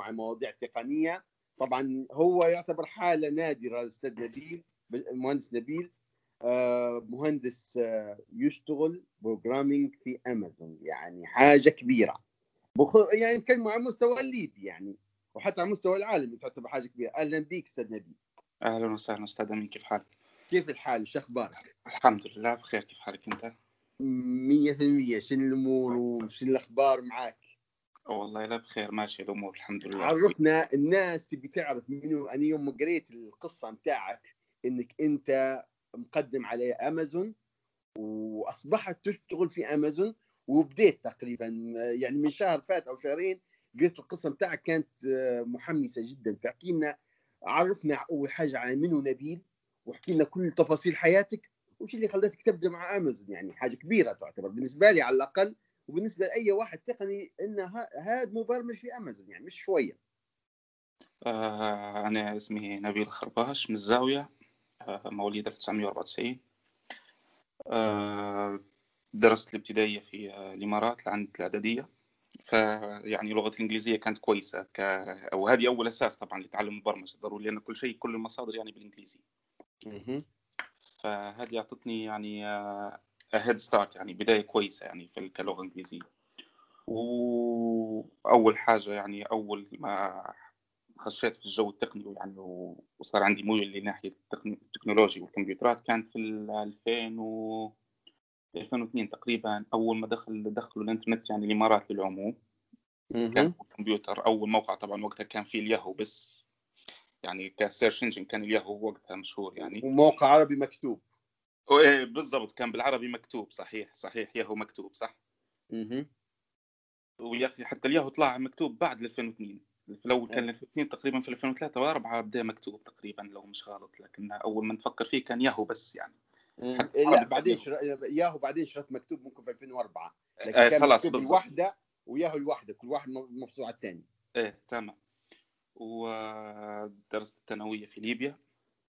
عن مواضيع تقنية. طبعا هو يعتبر حالة نادرة الأستاذ نبيل، المهندس نبيل، مهندس يشتغل بروجرامينج في أمازون، يعني حاجة كبيرة. يعني نتكلم عن مستوى الليبي يعني، وحتى على مستوى العالمي تعتبر حاجة كبيرة. أهلا بك أستاذ نبيل. أهلا وسهلا أستاذ أمين، كيف حالك؟ كيف الحال؟ شو أخبارك؟ الحمد لله بخير، كيف حالك أنت؟ 100%. شنو الأمور وشنو الأخبار معك؟ والله لا بخير، ماشي الأمور الحمد لله. عرفنا الناس تبي تعرف منو. أنا يوم ما قريت القصة متاعك إنك أنت مقدم على أمازون وأصبحت تشتغل في أمازون، وبديت تقريبا يعني من شهر فات أو شهرين، قريت القصة متاعك كانت محمسة جدا. فاحكي لنا، عرفنا أول حاجة عن منو نبيل، واحكي لنا كل تفاصيل حياتك، وش اللي خلتك تبدأ مع أمازون. يعني حاجة كبيرة تعتبر بالنسبة لي على الأقل، وبالنسبة لأي واحد تقني، إن هذا مبرمج في أمازون يعني مش شوية. أنا اسمي نبيل خرباش من الزاوية، مواليد 1994. درست الابتدائية في الإمارات عند الإعدادية، فيعني لغة الإنجليزية كانت كويسة أو هذه أول أساس طبعا لتعلم البرمجة ضروري، لأن كل شيء كل المصادر يعني بالإنجليزي. فهذه أعطتني يعني هيد ستارت، يعني بداية كويسة يعني في كلغة إنجليزية. وأول حاجة يعني أول ما خشيت في الجو التقني يعني وصار عندي ميول لناحية التكنولوجيا والكمبيوترات، كانت في 2002 تقريبا، أول ما دخلوا الإنترنت يعني الإمارات للعموم. كان الكمبيوتر أول موقع طبعا وقتها كان فيه الياهو بس، يعني كسيرش انجن كان الياهو وقتها مشهور يعني، وموقع عربي مكتوب. بالضبط، كان بالعربي مكتوب، صحيح ياهو مكتوب صح. ويا اخي حتى الياهو طلع مكتوب بعد 2002. في الاول كان 2002 تقريبا، في 2003 و4 بدا مكتوب تقريبا لو مش غلط، لكن اول ما نفكر فيه كان ياهو بس يعني. لا بعدين ياهو بعدين شرط مكتوب ممكن في 2004، لكن كان خلاص مكتوب الوحده وياهو الوحده، كل واحد مفصول على الثاني. تمام. ودرست الثانويه في ليبيا.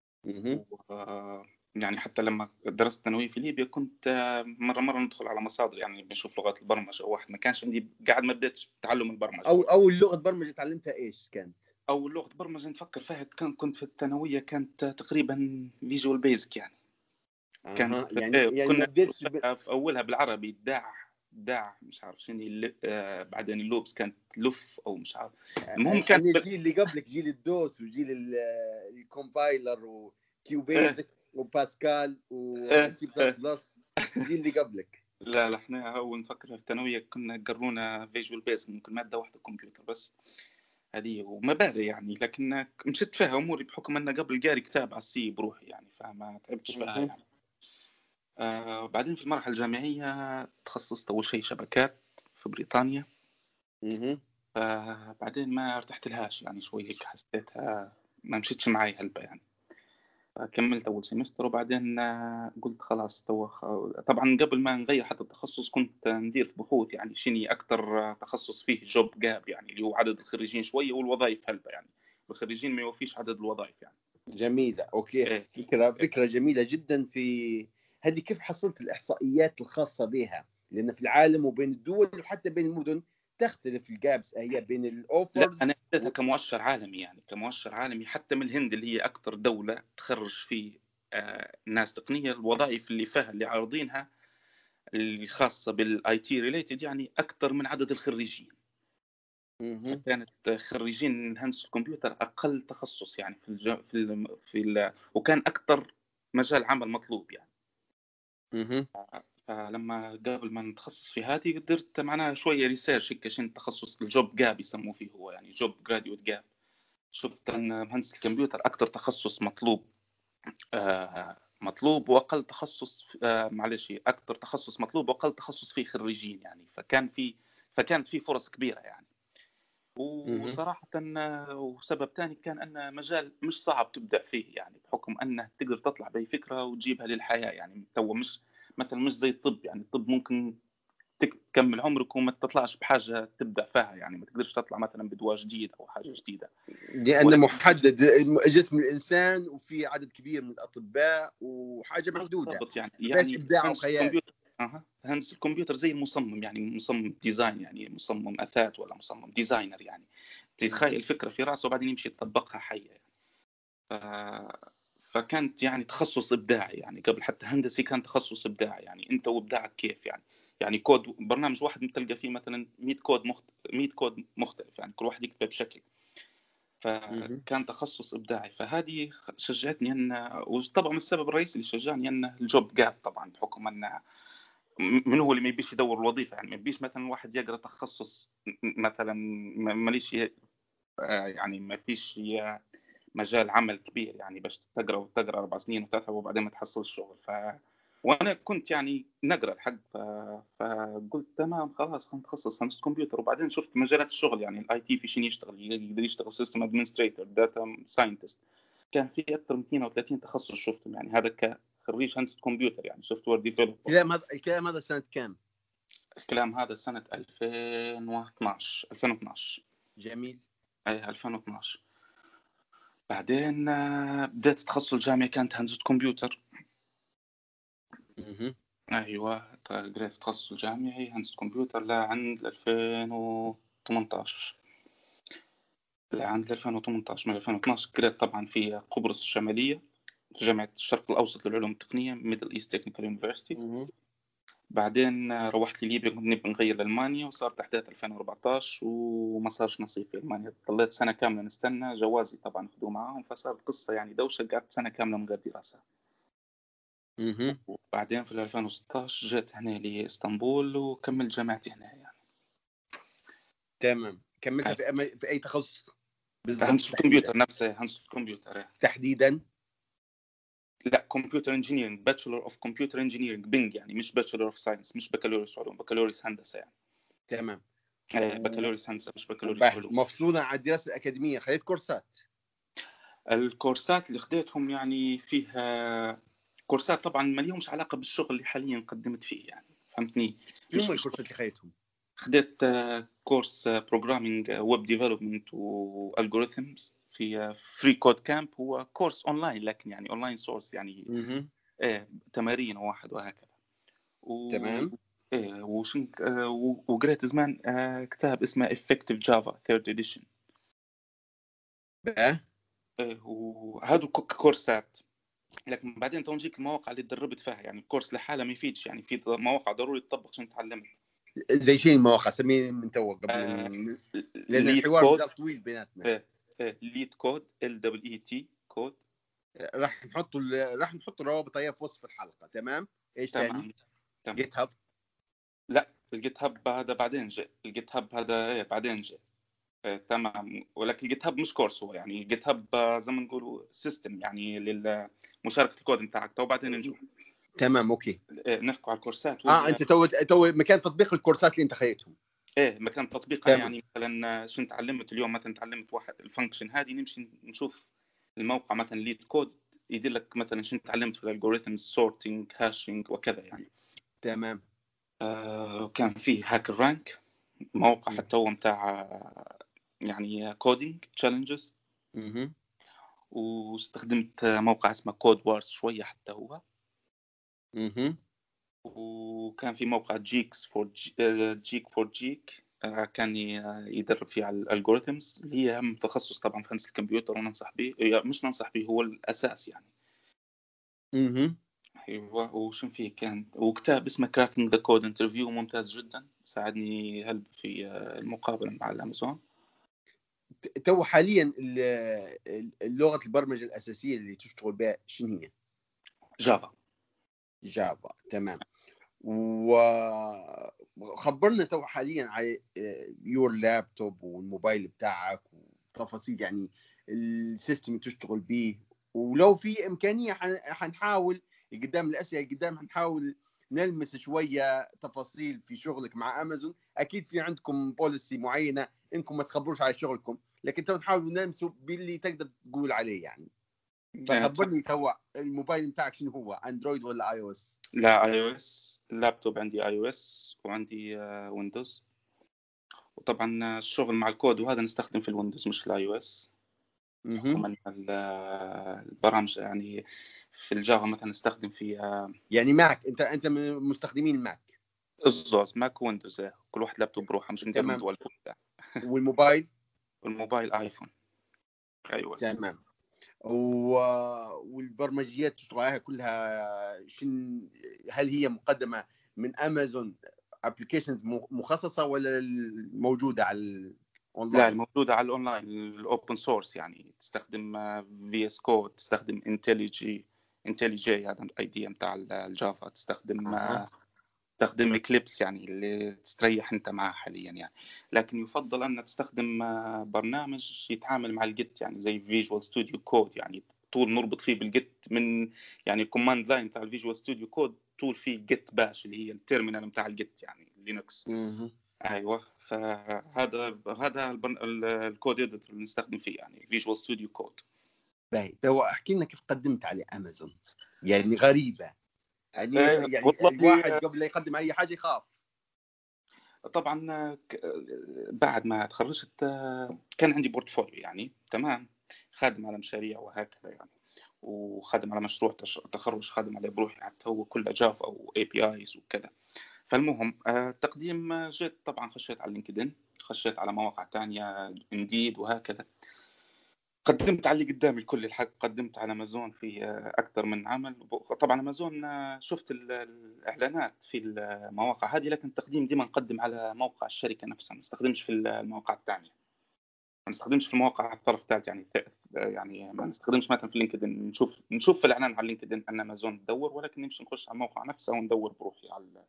يعني حتى لما درست ثانوية في ليبيا كنت مرة ندخل على مصادر يعني بنشوف لغات البرمجة. واحد ما كانش عندي قاعد ما بديتش تعلم البرمجة. أول لغة برمجة تعلمتها إيش كانت؟ أول لغة برمجة نفكر فيها كنت في الثانوية كانت تقريبا فيجوال بيزك يعني. كان يعني ما بديتش في أولها بالعربي داع مش عارف شنو بعدين اللوبس كانت لف أو مش عارف. المهم كان الجيل اللي قبلك جيل الدوس وجيل الكومبايلر وكيو بيزك وباسكال وسي بلس بلس، الجيل اللي قبلك. لا احنا اول نفكر في الثانويه كنا قرونا فيجوال بيز، ممكن ماده واحده كمبيوتر بس، هذه ومبادئ يعني. لكن مشيت فيها اموري بحكم ان قبل قاري كتاب على السي بروحي يعني، فما تعبتش فيها يعني. بعدين في المرحله الجامعيه تخصصت اول شيء شبكات في بريطانيا. بعدين ما ارتحت لهاش يعني، شوي هيك حسيتها ما مشيتش معي هلبة يعني. كملت أول سمستر وبعدين قلت خلاص طبعا قبل ما نغير حتى التخصص كنت ندير في بحوث يعني شيني أكتر تخصص فيه جوب جاب يعني، اللي هو عدد الخريجين شوية والوظائف هلبة يعني، الخريجين ما يوفيش عدد الوظائف يعني. جميلة، أوكي. فكرة جميلة جدا. في هذه كيف حصلت الإحصائيات الخاصة بها؟ لأن في العالم وبين الدول وحتى بين المدن تختلف الجابس هي بين الأوفرز. أنا أخذتها كمؤشر عالمي يعني، كمؤشر عالمي حتى من الهند اللي هي أكتر دولة تخرج فيه ناس تقنية، الوظائف اللي فيها اللي عارضينها الخاصة بالاي تي ريليتد يعني أكثر من عدد الخريجين. فكانت خريجين هندسة الكمبيوتر أقل تخصص يعني وكان أكثر مجال عمل مطلوب يعني. فلما قبل ما نتخصص في هذه قدرت معناها شوية ريسيرش هيك شنو التخصص الجوب جاب يسموه فيه هو يعني جوب جراديويت جاب. شفت أن مهندس الكمبيوتر أكثر تخصص مطلوب وأقل تخصص معلش أكثر تخصص مطلوب وأقل تخصص فيه خريجين يعني، فكانت في فرص كبيرة يعني. وصراحة وسبب ثاني كان أن مجال مش صعب تبدأ فيه يعني، بحكم أنه تقدر تطلع بأي فكرة وتجيبها للحياة يعني. تو مش مثلا مش زي الطب يعني، الطب ممكن تكمل عمرك وما تطلعش بحاجة تبدأ فيها يعني، ما تقدرش تطلع مثلا بدواء جديد أو حاجة جديدة، لأن محدد جسم الإنسان وفي عدد كبير من الأطباء وحاجة محدودة يعني إبداع وخيال. هندسة الكمبيوتر زي المصمم يعني، مصمم ديزاين يعني، مصمم أثاث ولا مصمم ديزاينر يعني. تتخيل الفكره في راسه وبعدين يمشي يطبقها حيه يعني. فكانت يعني تخصص ابداعي يعني، قبل حتى هندسي كان تخصص ابداعي يعني. انت وابداعك كيف يعني كود برنامج واحد تلقى فيه مثلا 100 كود مختلف يعني، كل واحد يكتب بشكل. فكان تخصص ابداعي. فهذه شجعتني ان، وطبعا السبب الرئيسي اللي شجعني ان الجوب جاب طبعا، بحكم ان من هو اللي ما يبيش يدور الوظيفه يعني، ما يبيش مثلا واحد يقرا تخصص مثلا ماليش يعني ما فيش مجال عمل كبير يعني باش تقرا 4 سنين وتتعب وبعدين ما تحصلش شغل. وانا كنت يعني نقرا الحق. فقلت تمام خلاص نتخصص هندسه كمبيوتر. وبعدين شفت مجالات الشغل يعني الاي تي في شنو يشتغل، يقدر يشتغل سيستم ادمنستريتور، داتا ساينتست. كان في اكثر من 32 تخصص شفتهم يعني، هذا كخريج هندسه كمبيوتر يعني، سوفت وير ديفلوبر. الكلام هذا سنه كام؟ الكلام هذا سنه 2012. جميل. اي 2012. بعدين بدأت تخصص الجامعة كانت هندسة كمبيوتر. أيوة قريت تخصص الجامعي هندسة كمبيوتر لعند 2018. لعند 2018 من 2012 قريت طبعا في قبرص الشمالية في جامعة الشرق الأوسط للعلوم التقنية ميدل إيست تكنيكال يونيفرسيتي. بعدين روحت لليبيا، كنت نبي نغير لألمانيا، وصارت أحداث 2014 وما صارش نصيب في ألمانيا. ضليت سنة كاملة نستنى جوازي طبعا أخذوه معاهم، فصار القصة يعني دوشة، قعدت سنة كاملة من غير دراسة. وبعدين في 2016 جيت هنا لإسطنبول وكملت جامعتي هنا يعني. تمام. كملتها في أي تخصص بالضبط؟ هندسة الكمبيوتر نفسها، هندسة الكمبيوتر تحديدا. لا كمبيوتر انجينيرنج، باتشلر اوف كمبيوتر انجينيرنج، بنج يعني، مش باتشلر اوف ساينس، مش بكالوريوس علوم، بكالوريوس هندسه يعني. تمام. بكالوريوس هندسه مش بكالوريوس علوم. مفصولا عن الدراسه الاكاديميه، خدت كورسات؟ الكورسات اللي خديتهم يعني فيها كورسات طبعا ما لهمش علاقه بالشغل اللي حاليا قدمت فيه يعني، فهمتني؟ شو هم الكورسات اللي خدتهم؟ خديت كورس بروجرامينج ويب ديفلوبمنت والجوريثمز في فري كود كامب. هو كورس اونلاين لكن يعني اونلاين سورس يعني تمارين واحد وهكذا. تمام. وقريت زمان كتاب اسمه Effective Java 3rd edition. وهذا كورسات. لكن بعدين تونجيك المواقع اللي تدربت فيها يعني، الكورس لحاله ما يفيدش يعني، في مواقع ضروري تطبق عشان تعلمت. زي شيء المواقع سميه من تو قبل لان الحوار مازال طويل بيناتنا. ليد كود LEET كود. راح نحط الروابط في وصف الحلقه. تمام. ايش تمام. ثاني؟ جيت هاب؟ لا الجيت هاب هذا بعدين جاء. الجيت هاب هذا بعدين جاء. تمام. ولكن الجيت هاب مش كورس، هو يعني الجيت هاب زي ما نقولوا سيستم يعني لمشاركه الكود بتاعك. تو بعدين نشوف. تمام اوكي. نحكوا على الكورسات. انت تو مكان تطبيق الكورسات اللي انت خذيتهم. مكان تطبيق. انا يعني مثلا شنو تعلمت اليوم، مثلا تعلمت واحد الفانكشن هذه، نمشي نشوف الموقع مثلا ليد كود يدير لك مثلا شنو تعلمت في الالجوريثمز، سورتنج، هاشينج وكذا يعني. تمام. كان فيه هاكر رانك، موقع حتى هو متاع يعني كودينج تشالنجز. واستخدمت موقع اسمه كود وارز شويه حتى هو. وكان في موقع جيك فور جيك كان يدرب فيه على الالجوريثمز، اللي هي اهم تخصص طبعا في هندسه الكمبيوتر، وننصح به. مش ننصح به، هو الاساس يعني. ايوه. وشن فيه كان وكتاب اسمه كراكنج ذا كود انترفيو، ممتاز جدا، ساعدني هلب في المقابله مع الامازون. تو حاليا اللغه البرمجه الاساسيه اللي تشتغل بها شنو هي؟ جافا. تمام. وخبرنا تو حاليا على يور لابتوب والموبايل بتاعك وتفاصيل يعني السيستم اللي تشتغل به، ولو في امكانيه حنحاول قدام الاسئله قدام حنحاول نلمس شويه تفاصيل في شغلك مع امازون. اكيد في عندكم بوليسي معينه انكم ما تخبروش على شغلكم، لكن تو نحاول نلمسه باللي تقدر تقول عليه يعني. فخبرني تو الموبايل بتاعك شنو هو، اندرويد ولا اي او اس؟ لا اي او اس. اللابتوب عندي اي او اس وعندي ويندوز. وطبعا الشغل مع الكود وهذا نستخدم في الويندوز مش الاي او اس. البرامج يعني في الجافا مثلا نستخدم فيها يعني ماك. انت من مستخدمين الماك؟ الزوز ماك ويندوز. كل واحد لابتوب بروحه، مش ندير ندول. والموبايل؟ والموبايل ايفون. ايوه تمام. والبرمجيات تشتغل عليها كلها هل هي مقدمه من امازون ابلكيشنز مخصصه ولا موجوده على لا، الاونلاين؟ الموجوده على الاونلاين الاوبن سورس، يعني تستخدم في اس كود، تستخدم انتليجي هذا الاي بتاع الجافا، تستخدم تستخدم اكليبس يعني اللي تستريح انت معاه حاليا يعني. لكن يفضل ان تستخدم برنامج يتعامل مع الجيت، يعني زي فيجوال ستوديو كود، يعني طول نربط فيه بالجيت من يعني الكوماند لاين بتاع الفيجوال ستوديو كود، طول فيه جيت باش اللي هي التيرمينال بتاع الجيت يعني لينكس. ايوه، فهذا الكود اديتور اللي نستخدم فيه يعني فيجوال ستوديو كود. باهي، تو احكي لنا كيف قدمت على امازون. يعني غريبه، يعني والله الواحد قبل لا يقدم اي حاجه يخاف. طبعا بعد ما تخرجت كان عندي بورتفوليو يعني تمام، خادم على مشاريع وهكذا يعني، وخادم على مشروع تخرج خادم عليه بروحي، حتى هو كله جافا او اي بي ايز وكذا. فالمهم التقديم جيت طبعا، خشيت على لينكدين، خشيت على مواقع تانية انديد وهكذا، قدمت على اللي قدامي الكل. الحق قدمت على امازون في اكثر من عمل. طبعا امازون شفت الاعلانات في المواقع هذه، لكن التقديم ديما نقدم على موقع الشركه نفسها، ما نستخدمش في المواقع الثانيه، ما نستخدمش في المواقع الطرف الثالث يعني. يعني ما نستخدمش مثلا في لينكدين، نشوف في الاعلان على لينكدين ان امازون تدور، ولكن نمشي نخش على الموقع نفسه وندور بروحي على.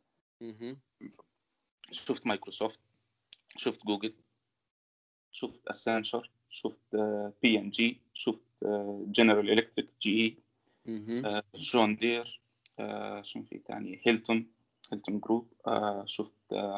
شفت مايكروسوفت، شفت جوجل، شفت اسنشر، شفت بي ان جي، شفت جنرال الكتريك جي اي، جون دير، شنو في ثاني، هيلتون جروب، شفت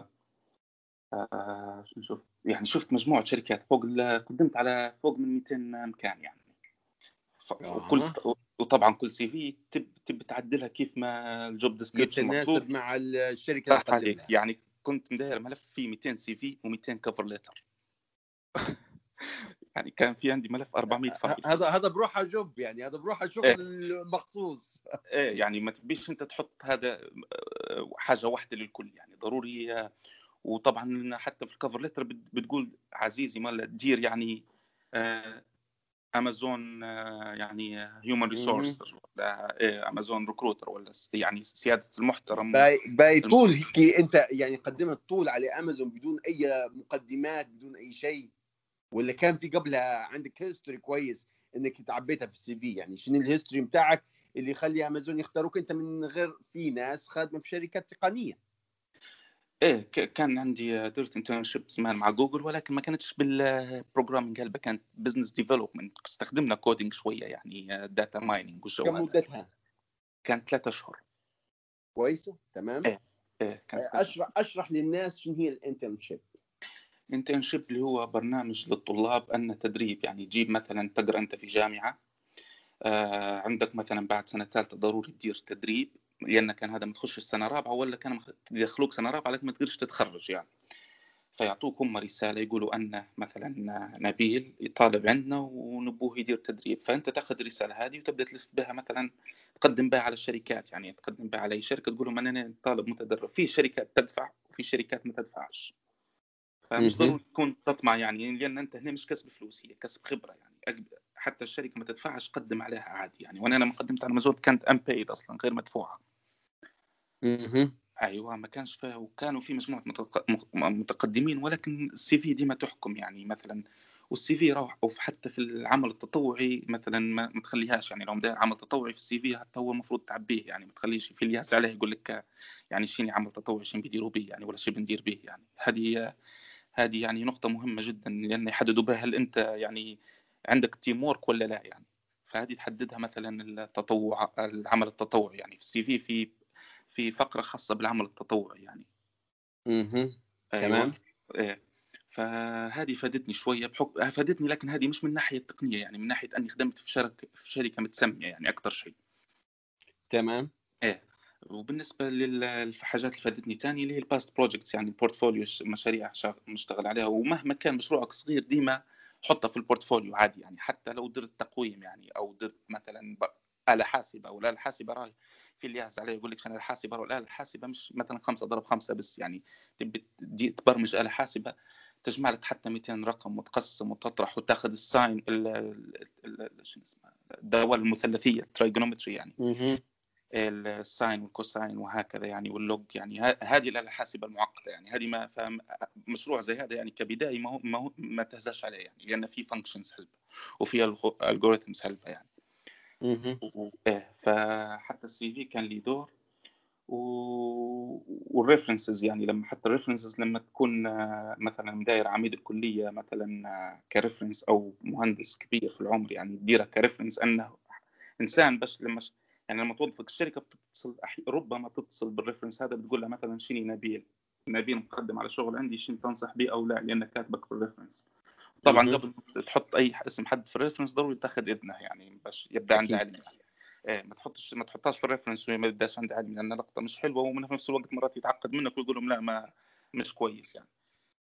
شفت يعني شفت مجموعه شركات فوق قدمت على فوق من 200 مكان يعني. وكل وطبعا كل سي في تب تعدلها كيف ما الجوب ديسكريبشن يتناسب مطلوب مع الشركه اللي صح تقدم عليك لها. يعني. كنت مداير ملف فيه 200 سي في و200 كفر ليتر. يعني كان في عندي ملف 400 فايل. هذا بروحه جوب يعني، هذا بروحه شغل مخصوص. ايه يعني ما تبيش انت تحط هذا حاجه واحده للكل يعني ضروري. وطبعا حتى في الكفر ليتر بتقول عزيزي ما تدير يعني امازون يعني هيومن ريسورس، ولا امازون ريكروتر، ولا يعني سياده المحترم. باي طول هيك انت يعني قدمت طول على امازون بدون اي مقدمات، بدون اي شيء، ولا كان في قبلها عندك هيستوري كويس انك تعبيتها في السي في؟ يعني شنو الهيستوري بتاعك اللي يخلي امازون يختاروك انت من غير في ناس خادمه في شركات تقنيه؟ ايه كان عندي درت انترنشيب زمان مع جوجل، ولكن ما كانتش بالبروجرامينج هلبة، كانت بزنس ديفلوبمنت، استخدمنا كودينج شويه يعني داتا مايننج والجو كم هذا. مدتها؟ كانت 3 اشهر. كويسه، تمام. ايه كانت 3 اشهر. اشرح للناس شنو هي الانترنشيب. انترنشيب اللي هو برنامج للطلاب، أن تدريب يعني، تجيب مثلا تقرأ أنت في جامعة، عندك مثلا بعد سنة ثالثة ضروري تدير تدريب، لأن كان هذا ما تخش السنة رابعة، ولا كان يدخلوك سنة رابعة لكن ما تقدرش تتخرج يعني. فيعطوك هم رسالة يقولوا أن مثلا نبيل طالب عندنا ونبوه يدير تدريب، فأنت تأخذ الرسالة هذه وتبدأ تلف بها مثلا، تقدم بها على الشركات يعني، تقدم بها على أي شركة تقول لهم أنا طالب متدرب. في شركات تدفع وفي شركات ما تدفعش، فمش ضروري تكون تطمع يعني، لان انت هنا مش كسب فلوس، هي كسب خبره يعني. حتى الشركه ما تدفعش قدم عليها عادي يعني. وانا لما قدمت على امازون كانت امبايد اصلا، غير مدفوعه. ايوه ما كانش فيها، وكانوا في مجموعه متقدمين، ولكن السي في ديما تحكم يعني مثلا. والسي في روح، او حتى في العمل التطوعي مثلا ما تخليهاش يعني. لو داير عمل تطوعي في السي في حتى هو المفروض تعبيه يعني، ما تخليش في الياس عليه يقول لك يعني شيني عمل تطوعي شين بيديروا به يعني، ولا شي بندير به يعني. هذه يعني نقطة مهمة جدا، لأن يحددوا بها هل أنت يعني عندك تيم وورك ولا لا يعني. فهذه تحددها مثلا العمل التطوعي يعني في السي في، في فقرة خاصة بالعمل التطوعي يعني. تمام. أيوة. إيه. فهذه فادتني شوية بحكم فادتني، لكن هذه مش من الناحية التقنية يعني، من ناحية أني خدمت في شركة متسمية يعني أكثر شيء. تمام. إيه. وبالنسبة للحاجات اللي فادتني تاني اللي هي الباست بروجكتس يعني، البورتفوليو، مشاريع مشتغل عليها. ومهما كان مشروعك صغير ديما حطه في البورتفوليو عادي يعني. حتى لو درت تقويم يعني، او درت مثلا آلة حاسبة، او الآلة الحاسبة راهي في اللي يهز عليه يقول لك انا الحاسبة، والآلة الحاسبة مش مثلا 5 ضرب 5 بس يعني. تبي تبرمج آلة حاسبة تجمع لك حتى 200 رقم وتقسم وتطرح وتاخذ الساين شو اسمه الدوال المثلثيه ترايجونومتري يعني الساين والكوساين وهكذا يعني واللوج يعني هذه الحاسبه المعقده يعني هذه ما مشروع زي هذا يعني كبدايه ما تهزاش عليه يعني لان في فانكشنز حلوه وفي الجوريثمز حلوه يعني فحتى السي في كان لي دور والريفرنسز يعني لما حتى الريفرنسز لما تكون مثلا داير عميد الكليه مثلا كريفرنس او مهندس كبير في العمر يعني ديره كريفرنس انه انسان بس لما توظفك الشركه بتتصل ربما تتصل بالريفرنس هذا بتقول له مثلا شيني نبيل مقدم على شغل عندي شنو تنصح به او لا لانك كاتبك في الريفرنس. طبعا قبل ما تحط اي اسم حد في الريفرنس ضروري تاخذ اذنه يعني باش يبدا عنده علم ما تحطهاش في الريفرنس وما يبداش عنده علم لان اللقطه مش حلوه ومن نفس الوقت مرات يتعقد منك ويقول لهم لا ما مش كويس يعني.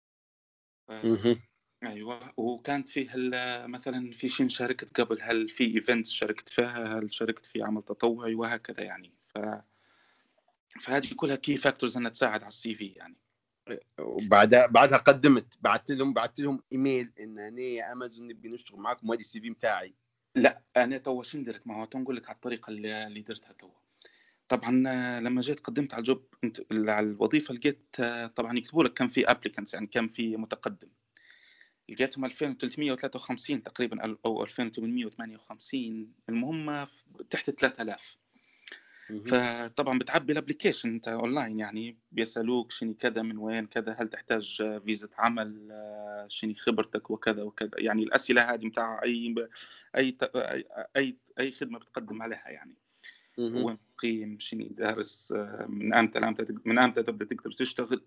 ايوه وكانت فيه مثلا في شين شاركت قبل هل في ايفنتس شاركت فيها هل شاركت في عمل تطوعي وهكذا يعني فهذه كلها كي فاكتورز انها تساعد على السي في يعني. بعدها بعت لهم ايميل ان انا يا امازون نبي نشتغل معاكم وهذه السي في بتاعي. لا انا تو شنو درت معه تنقول لك على الطريقه اللي درتها تو. طبعا لما جيت قدمت على الجوب على الوظيفه لقيت طبعا يكتبوا لك كم في ابليكانتس يعني كم في متقدم لقيتهم 2353 تقريبا او 2858 المهم تحت 3000. فطبعا بتعبي الابليكيشن انت اونلاين يعني بيسالوك شنو كذا من وين كذا هل تحتاج فيزا عمل شنو خبرتك وكذا وكذا يعني الاسئله هذه بتاع اي خدمه بتقدم عليها يعني وين تقيم شنو دارس من امتى تبدا تقدر تشتغل.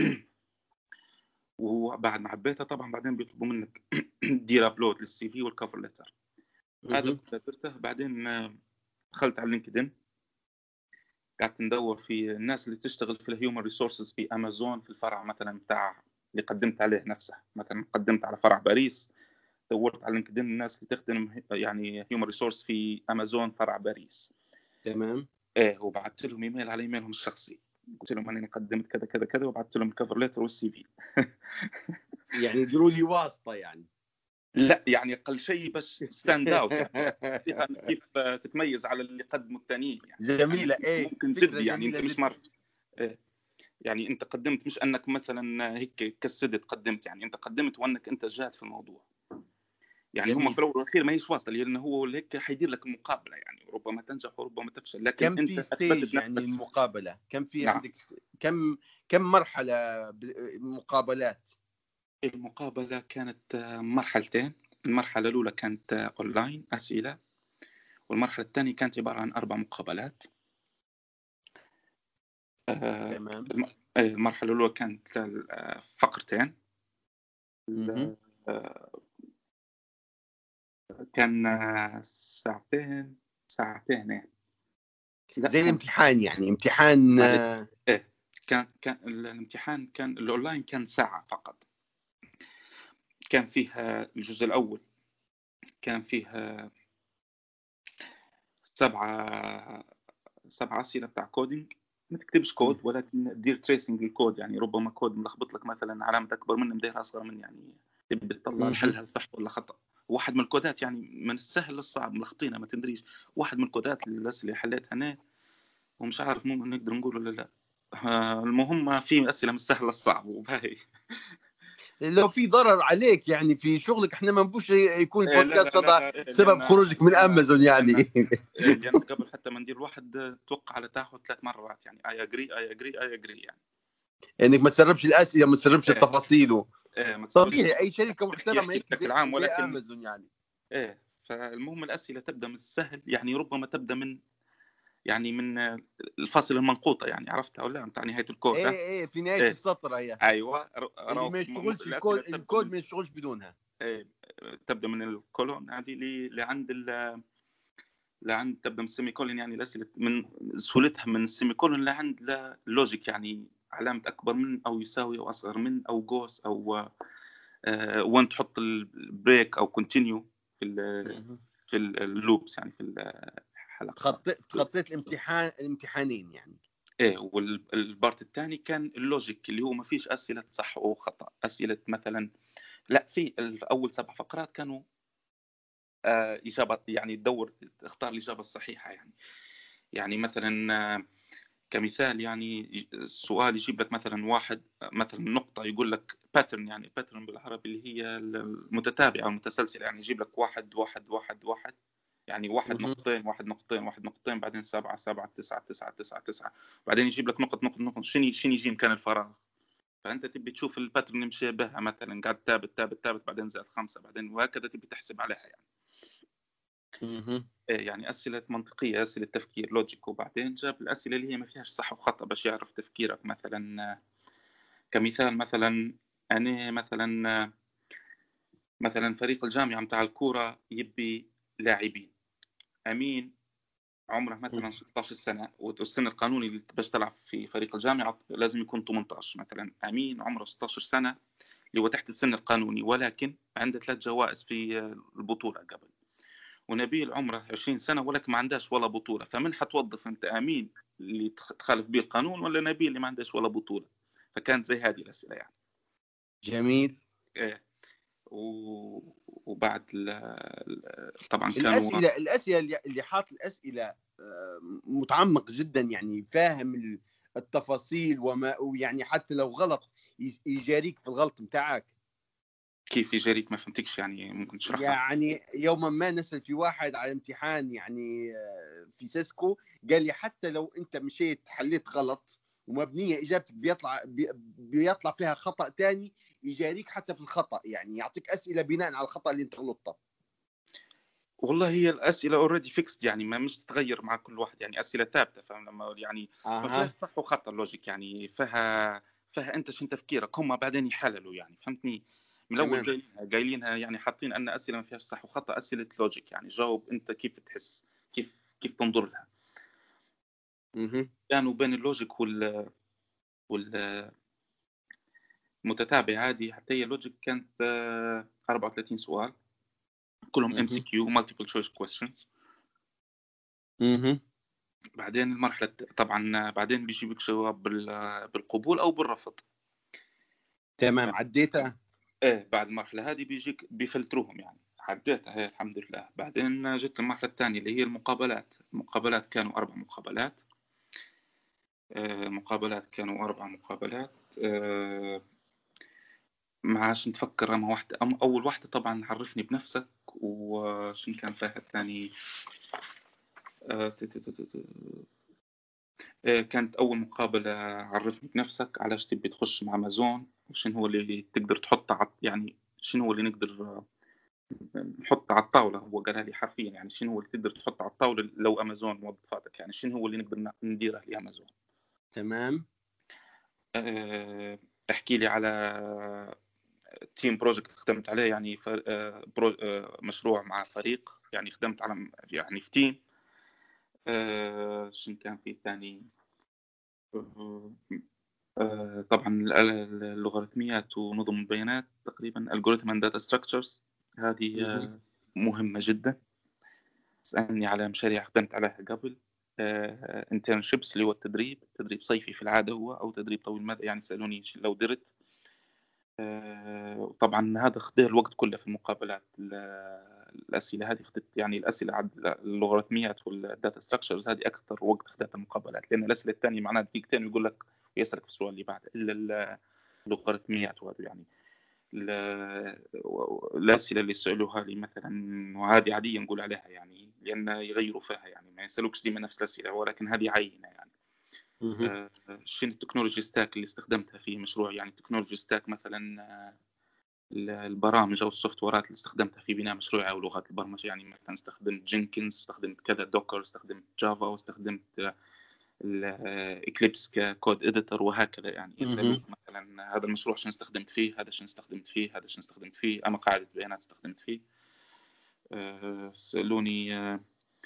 وبعد ما عبيتها طبعا بعدين بيطلبوا منك دير ابلود للسي في والكفر ليتر. هذا كله درته. بعدين دخلت على لينكدين قعدت ندور في الناس اللي تشتغل في الهيومن ريسورسز في امازون في الفرع مثلا بتاع اللي قدمت عليه نفسه مثلا قدمت على فرع باريس دورت على لينكدين الناس اللي تخدم يعني هيومن ريسورس في امازون فرع باريس. تمام. وبعثت لهم ايميل على ايميلهم الشخصي قلت لهم اني قدمت كذا كذا كذا وبعثت لهم الكفر ليتر والسي في. يعني يديروا لي واسطه يعني. لا يعني اقل شيء بس ستاند اوت يعني كيف تتميز على اللي قدموا الثانيين يعني. جميله. يعني ممكن جدي يعني انت مش مره يعني انت قدمت مش انك مثلا هيك كسدت قدمت يعني انت قدمت وانك انت جاد في الموضوع يعني. هم في الاول والاخير ما هيش واسطه لانه هو هيك حيدير لك المقابله يعني ربما تنجح وربما تفشل لكن كم انت في ستيج يعني المقابله كم في نعم. عندك كم مرحله مقابلات؟ المقابله كانت مرحلتين. المرحله الاولى كانت اونلاين اسئله والمرحله الثانيه كانت عباره عن 4 مقابلات. تمام. المرحله الاولى كانت فقرتين كان ساعتين يعني. زي الامتحان يعني امتحان كان الامتحان كان الاونلاين كان ساعه فقط. كان فيها الجزء الاول كان فيها 7 اسئله بتاع كودينج ما تكتبش كود ولكن دير تريسنج للكود يعني ربما كود ملخبط لك مثلا علامه اكبر من مديرها اصغر من يعني تبي تطلع الحل هل صح ولا خطا. واحد من الكودات يعني من السهل للصعب ملخبطينها ما تدريش. واحد من الكودات الاسئله اللي حليتها انا ومش عارف ممكن نقدر نقول ولا لا. المهم في اسئله من السهل للصعب وباهي. لو في ضرر عليك يعني في شغلك احنا ما نبوش يكون البودكاست هذا سبب خروجك من امازون يعني. لان قبل حتى ما ندير الواحد توقع على تاخذ 3 مرات يعني اي اجري يعني انك ما تسربش الاسئله ما تسربش التفاصيل طبيعي اي شركه محترمه هيك زي امازون يعني. فالمهم الاسئله تبدا من السهل يعني ربما تبدا من الفاصله المنقوطه يعني عرفتها ولا بتاع نهايه الكود. ايه في نهايه السطر هي. ايوه اللي ما يشتغلش الكود ما يشتغلش بدونها. تبدا من الكولون هذه لعند تبدا من السيمي كولون يعني الاسئله من سهولتها من السيمي كولون لعند اللوجيك يعني علامه اكبر من او يساوي او اصغر من او جوس او وين تحط البريك او كونتينيو في اللوبس يعني في الحلقه. تخطيت الامتحانين يعني. ايه. والبارت الثاني كان اللوجيك اللي هو ما فيش اسئله صح او خطا، اسئله مثلا لا، في اول 7 فقرات كانوا اجابه، يعني تدور تختار الاجابه الصحيحه يعني مثلا كمثال، يعني السؤال يجيب لك مثلا واحد مثلا نقطة، يقول لك باترن، يعني باترن بالعربي اللي هي المتتابعة أو المتسلسلة، يعني يجيب لك واحد واحد واحد واحد، يعني واحد نقطتين واحد نقطتين واحد نقطتين، بعدين 7 7 9 9 9 9، بعدين يجيب لك نقط نقط نقط، شنو يجي مكان الفراغ. فأنت تبي تشوف الباترن مشابهة، مثلا قاعد ثابت بعدين زائد 5 بعدين، وهكذا تبي تحسب عليها يعني. يعني أسئلة منطقية، أسئلة تفكير لوجيك. وبعدين جاب الأسئلة اللي هي ما فيهاش صح وخطأ باش يعرف تفكيرك. مثلا كمثال، مثلا أنا مثلا فريق الجامعة متاع الكورة يبي لاعبين. أمين عمره مثلا 16 سنة، والسن القانوني اللي باش تلعب في فريق الجامعة لازم يكون 18. مثلا أمين عمره 16 سنة اللي هو تحت السن القانوني، ولكن عنده 3 جوائز في البطولة قبل. ونبيل عمره 20 سنة ولكن ما عندهاش ولا بطولة. فمن حتوظف أنت، أمين اللي تخالف به القانون ولا نبيل اللي ما عندهاش ولا بطولة؟ فكانت زي هذه الأسئلة يعني. جميل. إيه. وبعد طبعا كانوا الأسئلة اللي حاط الأسئلة متعمق جدا، يعني فاهم التفاصيل ويعني حتى لو غلط يجاريك في الغلط متاعك. كيف يجاريك؟ ما فهمتكش يعني، ممكن تشرحها؟ يعني يوما ما نسأل في واحد على امتحان يعني في سيسكو، قال لي حتى لو انت مشيت حليت غلط ومبنيه اجابتك بيطلع فيها خطا ثاني، يجاريك حتى في الخطا، يعني يعطيك اسئله بناء على الخطا اللي انت غلطته. والله هي الاسئله اوريدي فيكست، يعني ما مش تتغير مع كل واحد، يعني اسئله ثابته، فاهم؟ لما يعني ما فيهاش صح وخطا، اللوجيك يعني فيها انت شنو تفكيرك، هم بعدين يحللوا يعني، فهمتني؟ من الاول قايلينها يعني، حاطين ان اسئله ما فيهاش صح وخطا، اسئله لوجيك، يعني جاوب انت كيف تحس، كيف تنظر لها. كانوا بين اللوجيك والمتتابع هذه، حتى هي اللوجيك كانت 34 سؤال كلهم ام سي كيو مالتيبل تشويس كويستشنز. بعدين المرحله طبعا بعدين بيجيبك جواب بالقبول او بالرفض. تمام، عديتها. ايه، بعد المرحله هذه بيجيك بيفلتروهم يعني، عديتها هي الحمد لله. بعدين جت المرحله الثانيه اللي هي المقابلات كانوا 4 مقابلات. كانوا 4 مقابلات. ما عادش نتفكر اما واحده، اول واحده طبعا عرفني بنفسك، وشن كان فيها الثاني؟ كانت أول مقابلة عرفني بنفسك، علاش تبي تخش مع أمازون، وشنو هو اللي تقدر تحطه يعني شنو هو اللي نقدر نحطه على الطاولة. هو قالها لي حرفيا يعني، شنو هو اللي تقدر تحطه على الطاولة لو أمازون موظفاتك، يعني شنو هو اللي نقدر نديره لأمازون. تمام. احكي لي على تيم بروجكت خدمت عليه، يعني مشروع مع فريق، يعني خدمت على يعني في تيم. شنو كان في ثاني؟ طبعا اللوغاريتميات ونظم البيانات، تقريبا algorithm and data structures، هذه مهمة جدا. سألني على مشاريع خدمت عليها قبل. internships اللي هو تدريب صيفي في العادة هو، أو تدريب طويل المدى، يعني سألوني لو درت. طبعا هذا خذ الوقت كله في المقابلات. الأسئلة هذه خدت يعني، الأسئلة على اللوغاريتميات والداتا ستراكشرز هذه أكثر وقت خدت المقابلات، لأن الأسئلة الثانية معناها دقيقتين ويقول لك يسألك في السؤال اللي بعده. إلا اللوغاريتميات وهذا يعني الأسئلة اللي سألوها لي مثلا، وهذه عادية نقول عليها يعني، لأن يغيروا فيها يعني، ما يسألوكش ديما نفس الأسئلة، ولكن هذه عينة يعني. شنو التكنولوجي ستاك اللي استخدمتها في مشروع؟ يعني التكنولوجي ستاك مثلا البرامج او السوفت ويرات اللي استخدمتها في بناء مشروعي او لغات البرمجه، يعني مثلا استخدمت جينكنز، استخدمت كذا دوكر، استخدمت جافا، واستخدمت اكليبس ككود اديتور، وهكذا يعني. يسالوك مثلا هذا المشروع شنو استخدمت فيه، هذا شنو استخدمت فيه، هذا شنو استخدمت فيه، اما قاعده بيانات استخدمت فيه. سالوني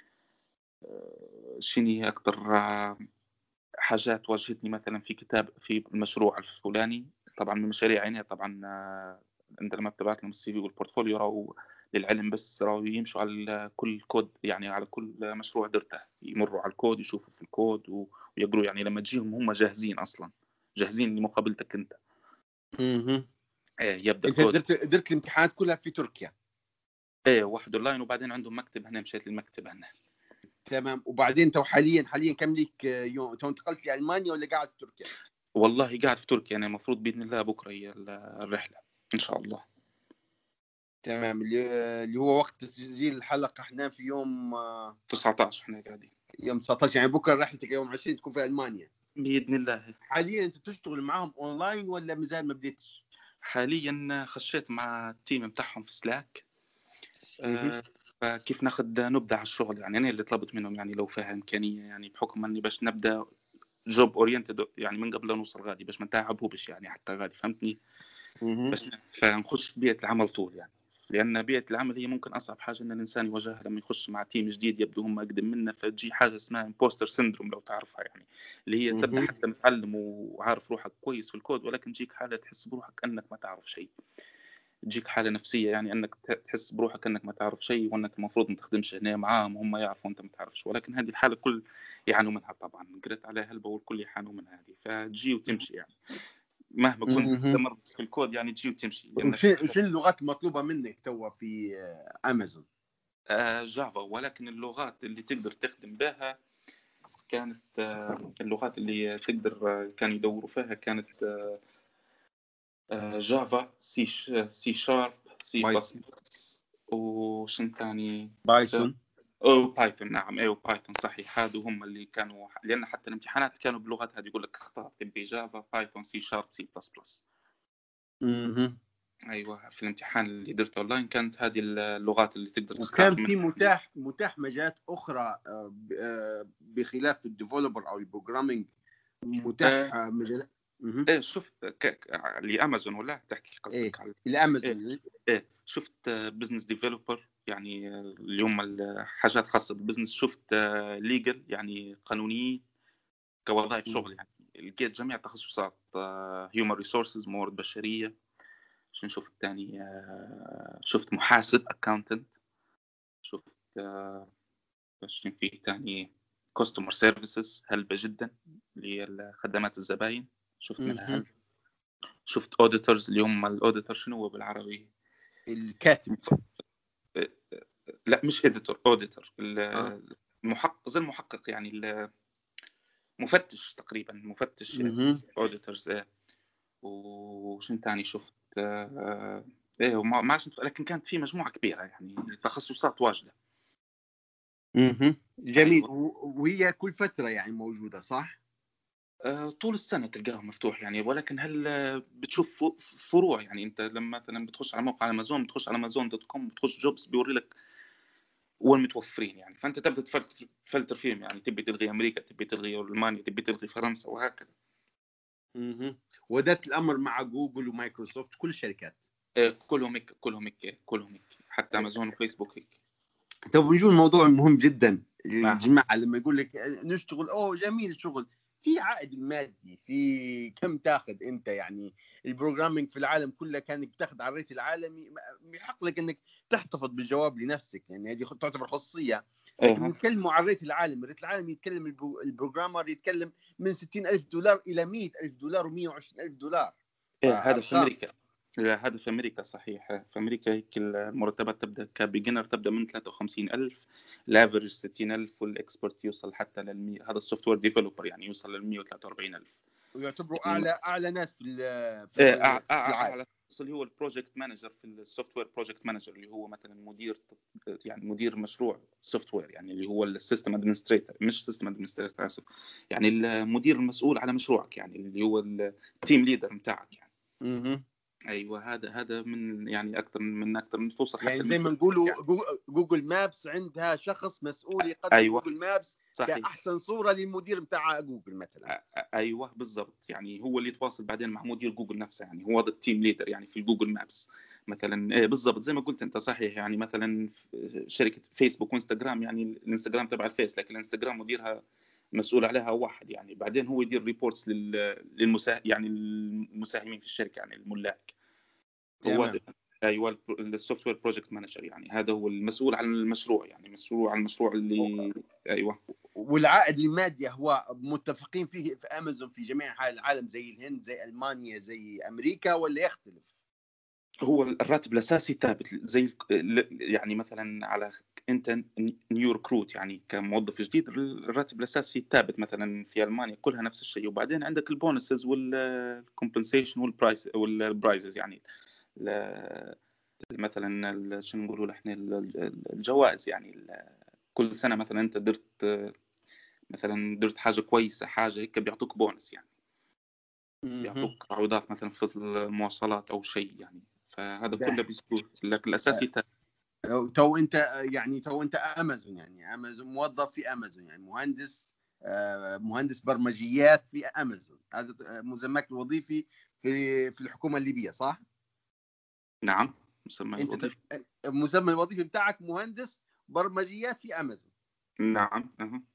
شنو اكثر حاجات واجهتني مثلا في المشروع الفلاني. طبعا من مشاريع عينها طبعا انت لما بتبعت لهم السي في والبورتفوليو راهو للعلم، بس راهو يمشوا على كل كود، يعني على كل مشروع درته يمروا على الكود، يشوفوا في الكود يقروا يعني لما تجيهم هم جاهزين اصلا، جاهزين لمقابلتك انت. يبدا انت كود. درت الامتحانات كلها في تركيا؟ واحد اونلاين، وبعدين عندهم مكتب هنا، مشيت للمكتب هنا. تمام. وبعدين تو حاليا كم لك يوم؟ تو انتقلت لالمانيا ولا قاعد في تركيا؟ والله قاعد في تركيا انا، المفروض باذن الله بكره هي الرحله ان شاء الله. تمام. اللي هو وقت تسجيل الحلقه احنا في يوم 19 احنا قاعدين. يوم 19، يعني بكره رحلتك يوم 20 تكون في المانيا باذن الله. حاليا انت تشتغل معاهم اونلاين ولا مازال ما بديتش؟ حاليا خشيت مع التيم بتاعهم في سلاك. فكيف نبدا على الشغل يعني، انا اللي طلبت منهم يعني لو فيها امكانيه يعني، بحكم اني باش نبدا جوب اورينتد يعني من قبل لا نوصل غادي، باش ما نتعبوش يعني حتى غادي، فهمتني؟ باش فنخش في بيئه العمل طول يعني، لان بيئه العمل هي ممكن اصعب حاجه ان الانسان يواجهها لما يخش مع تيم جديد يبدو هم اقدم منه، فتجي حاجه اسمها امبوستر سيندروم لو تعرفها يعني، اللي هي تبدا حتى متعلم وعارف روحك كويس في الكود، ولكن تجيك حاله تحس بروحك انك ما تعرف شيء، تجيك حاله نفسيه يعني انك تحس بروحك انك ما تعرف شيء، وانك المفروض ما تخدمش هنا معاهم وهم يعرفوا انت ما تعرفش، ولكن هذه الحاله الكل يعانوا منها طبعا، قريت عليها هلبة والكل يعانوا منها هذه، فتجي وتمشي يعني مهما كنت مرض في الكود يعني تجي وتمشي. شو اللغات المطلوبه منك توا في امازون؟ جافا، ولكن اللغات اللي تقدر تخدم بها كانت اللغات اللي تقدر كانوا يدوروا فيها كانت جافا، سي شارب، سي بلس بلس، وشن ثاني؟ بايثون. بايثون. نعم بايثون صحيح، هذو هم اللي كانوا، لان حتى الامتحانات كانوا باللغات هذه، يقول لك اختار تبي جافا، بايثون، سي شارب، سي بلس بلس. ايوه في الامتحان اللي درته اونلاين كانت هذه اللغات اللي تقدر تختار. وكان في متاح مجالات اخرى بخلاف الديفلوبر او البروجرامينج، متاح مجالات؟ شفت لامازون ولا تحكي قصدك على الامازون؟ شفت بزنس ديفلوبر يعني اللي هم الحاجات خاصه بالبزنس، شفت ليجل يعني قانونيين كوظائف شغل يعني، لقيت جميع التخصصات، هيومن ريسورسز موارد بشريه، شنو شفت ثاني، شفت محاسب اكاونتنت، شفت شنو في ثاني، كاستمر سيرفيسز هلبة جدا اللي هي خدمات الزباين، شفت منها هلبة. شفت اوديتورز اللي هم الاوديتور شنو هو بالعربي؟ الكاتب. لا مش اديتور، اوديتور المحقق، زي المحقق يعني المفتش تقريبا، مفتش اوديتورز. وشنو ثاني شفت وما عشان، لكن كانت في مجموعه كبيره يعني تخصصات واجده. جميل. وهي كل فتره يعني موجوده صح؟ طول السنه تلقاها مفتوح يعني، ولكن هل بتشوف فروع يعني، انت لما مثلا بتخش على موقع امازون، بتخش على amazon.com، بتخش جوبس بيوري لك وين متوفرين يعني، فانت تبدا تفلتر فيهم يعني، تبي تلغي امريكا، تبي تلغي المانيا، تبي تلغي فرنسا، وهكذا. وذات الامر مع جوجل ومايكروسوفت كل الشركات؟ كلهم هيك حتى امازون وفيسبوك هيك. طب نجول الموضوع المهم جدا، الجماعه لما يقول لك نشتغل جميل شغل، في عائد المادي، في كم تاخذ انت يعني؟ البروجرامينج في العالم كله كانك بتاخذ على الريت العالمي، بيحق لك انك تحتفظ بالجواب لنفسك يعني، هذه تعتبر خاصيه. لكن نتكلموا على الريت العالمي، الريت العالمي يتكلم البروجرامر يتكلم من $60,000 الى $100,000 و$120,000. هذا في امريكا. هذا في امريكا صحيح، في امريكا هيك المرتبات تبدا كبيجنر تبدا من 53,000، الافرج 60,000، والاكسبرت يوصل حتى هذا السوفت وير ديفلوبر يعني يوصل ل 143,000، ويعتبروا يعني اعلى ناس في العالم. اعلى اللي هو البروجكت مانجر في السوفت وير، بروجكت مانجر اللي هو مثلا مدير مشروع سوفت وير يعني، اللي هو السيستم ادمنستريتور، مش سيستم ادمنستريتور اسف، يعني المدير المسؤول على مشروعك يعني، اللي هو التيم ليدر بتاعك يعني. ايوه هذا من يعني اكثر من توصل يعني حتى زي ما نقولوا يعني. جوجل مابس عندها شخص مسؤول يقدم أيوة. جوجل مابس صحيح. كاحسن صوره للمدير بتاع جوجل مثلا. ايوه بالضبط، يعني هو اللي يتواصل بعدين مع مدير جوجل نفسه يعني، هو هذا التيم ليدر يعني في الجوجل مابس مثلا. بالضبط زي ما قلت انت صحيح يعني، مثلا شركه فيسبوك وانستغرام يعني، الانستغرام تبع الفيس، لكن الانستغرام مديرها مسؤول عليها واحد يعني، بعدين هو يدير ريبورتس يعني المساهمين في الشركه يعني الملاك. هو ايوه السوفت وير بروجكت مانجر يعني، هذا هو المسؤول عن المشروع يعني، مسؤول عن المشروع اللي ايوه. والعائد المادي هو متفقين فيه في امازون في جميع أنحاء العالم زي الهند زي المانيا زي امريكا، ولا يختلف؟ هو الراتب الاساسي ثابت زي يعني مثلا على انت نيو ريكروت يعني كموظف جديد، الراتب الاساسي ثابت مثلا في المانيا كلها نفس الشيء. وبعدين عندك البونسز والكومبنسيشن والبرايزز يعني مثلا شنو نقولوا احنا الجوائز يعني كل سنه مثلا انت درت حاجه كويسه حاجه هيك بيعطوك بونس يعني، بيعطوك تعويضات مثلا في المواصلات او شيء يعني. فهذا كله بيصير لكن الاساسي تو انت امازون، يعني امازون موظف في امازون، يعني مهندس برمجيات في امازون، هذا مسماك الوظيفي في الحكومه الليبيه، صح؟ نعم مسمى انت الوظيفي. المسمى الوظيفي بتاعك مهندس برمجيات في امازون. نعم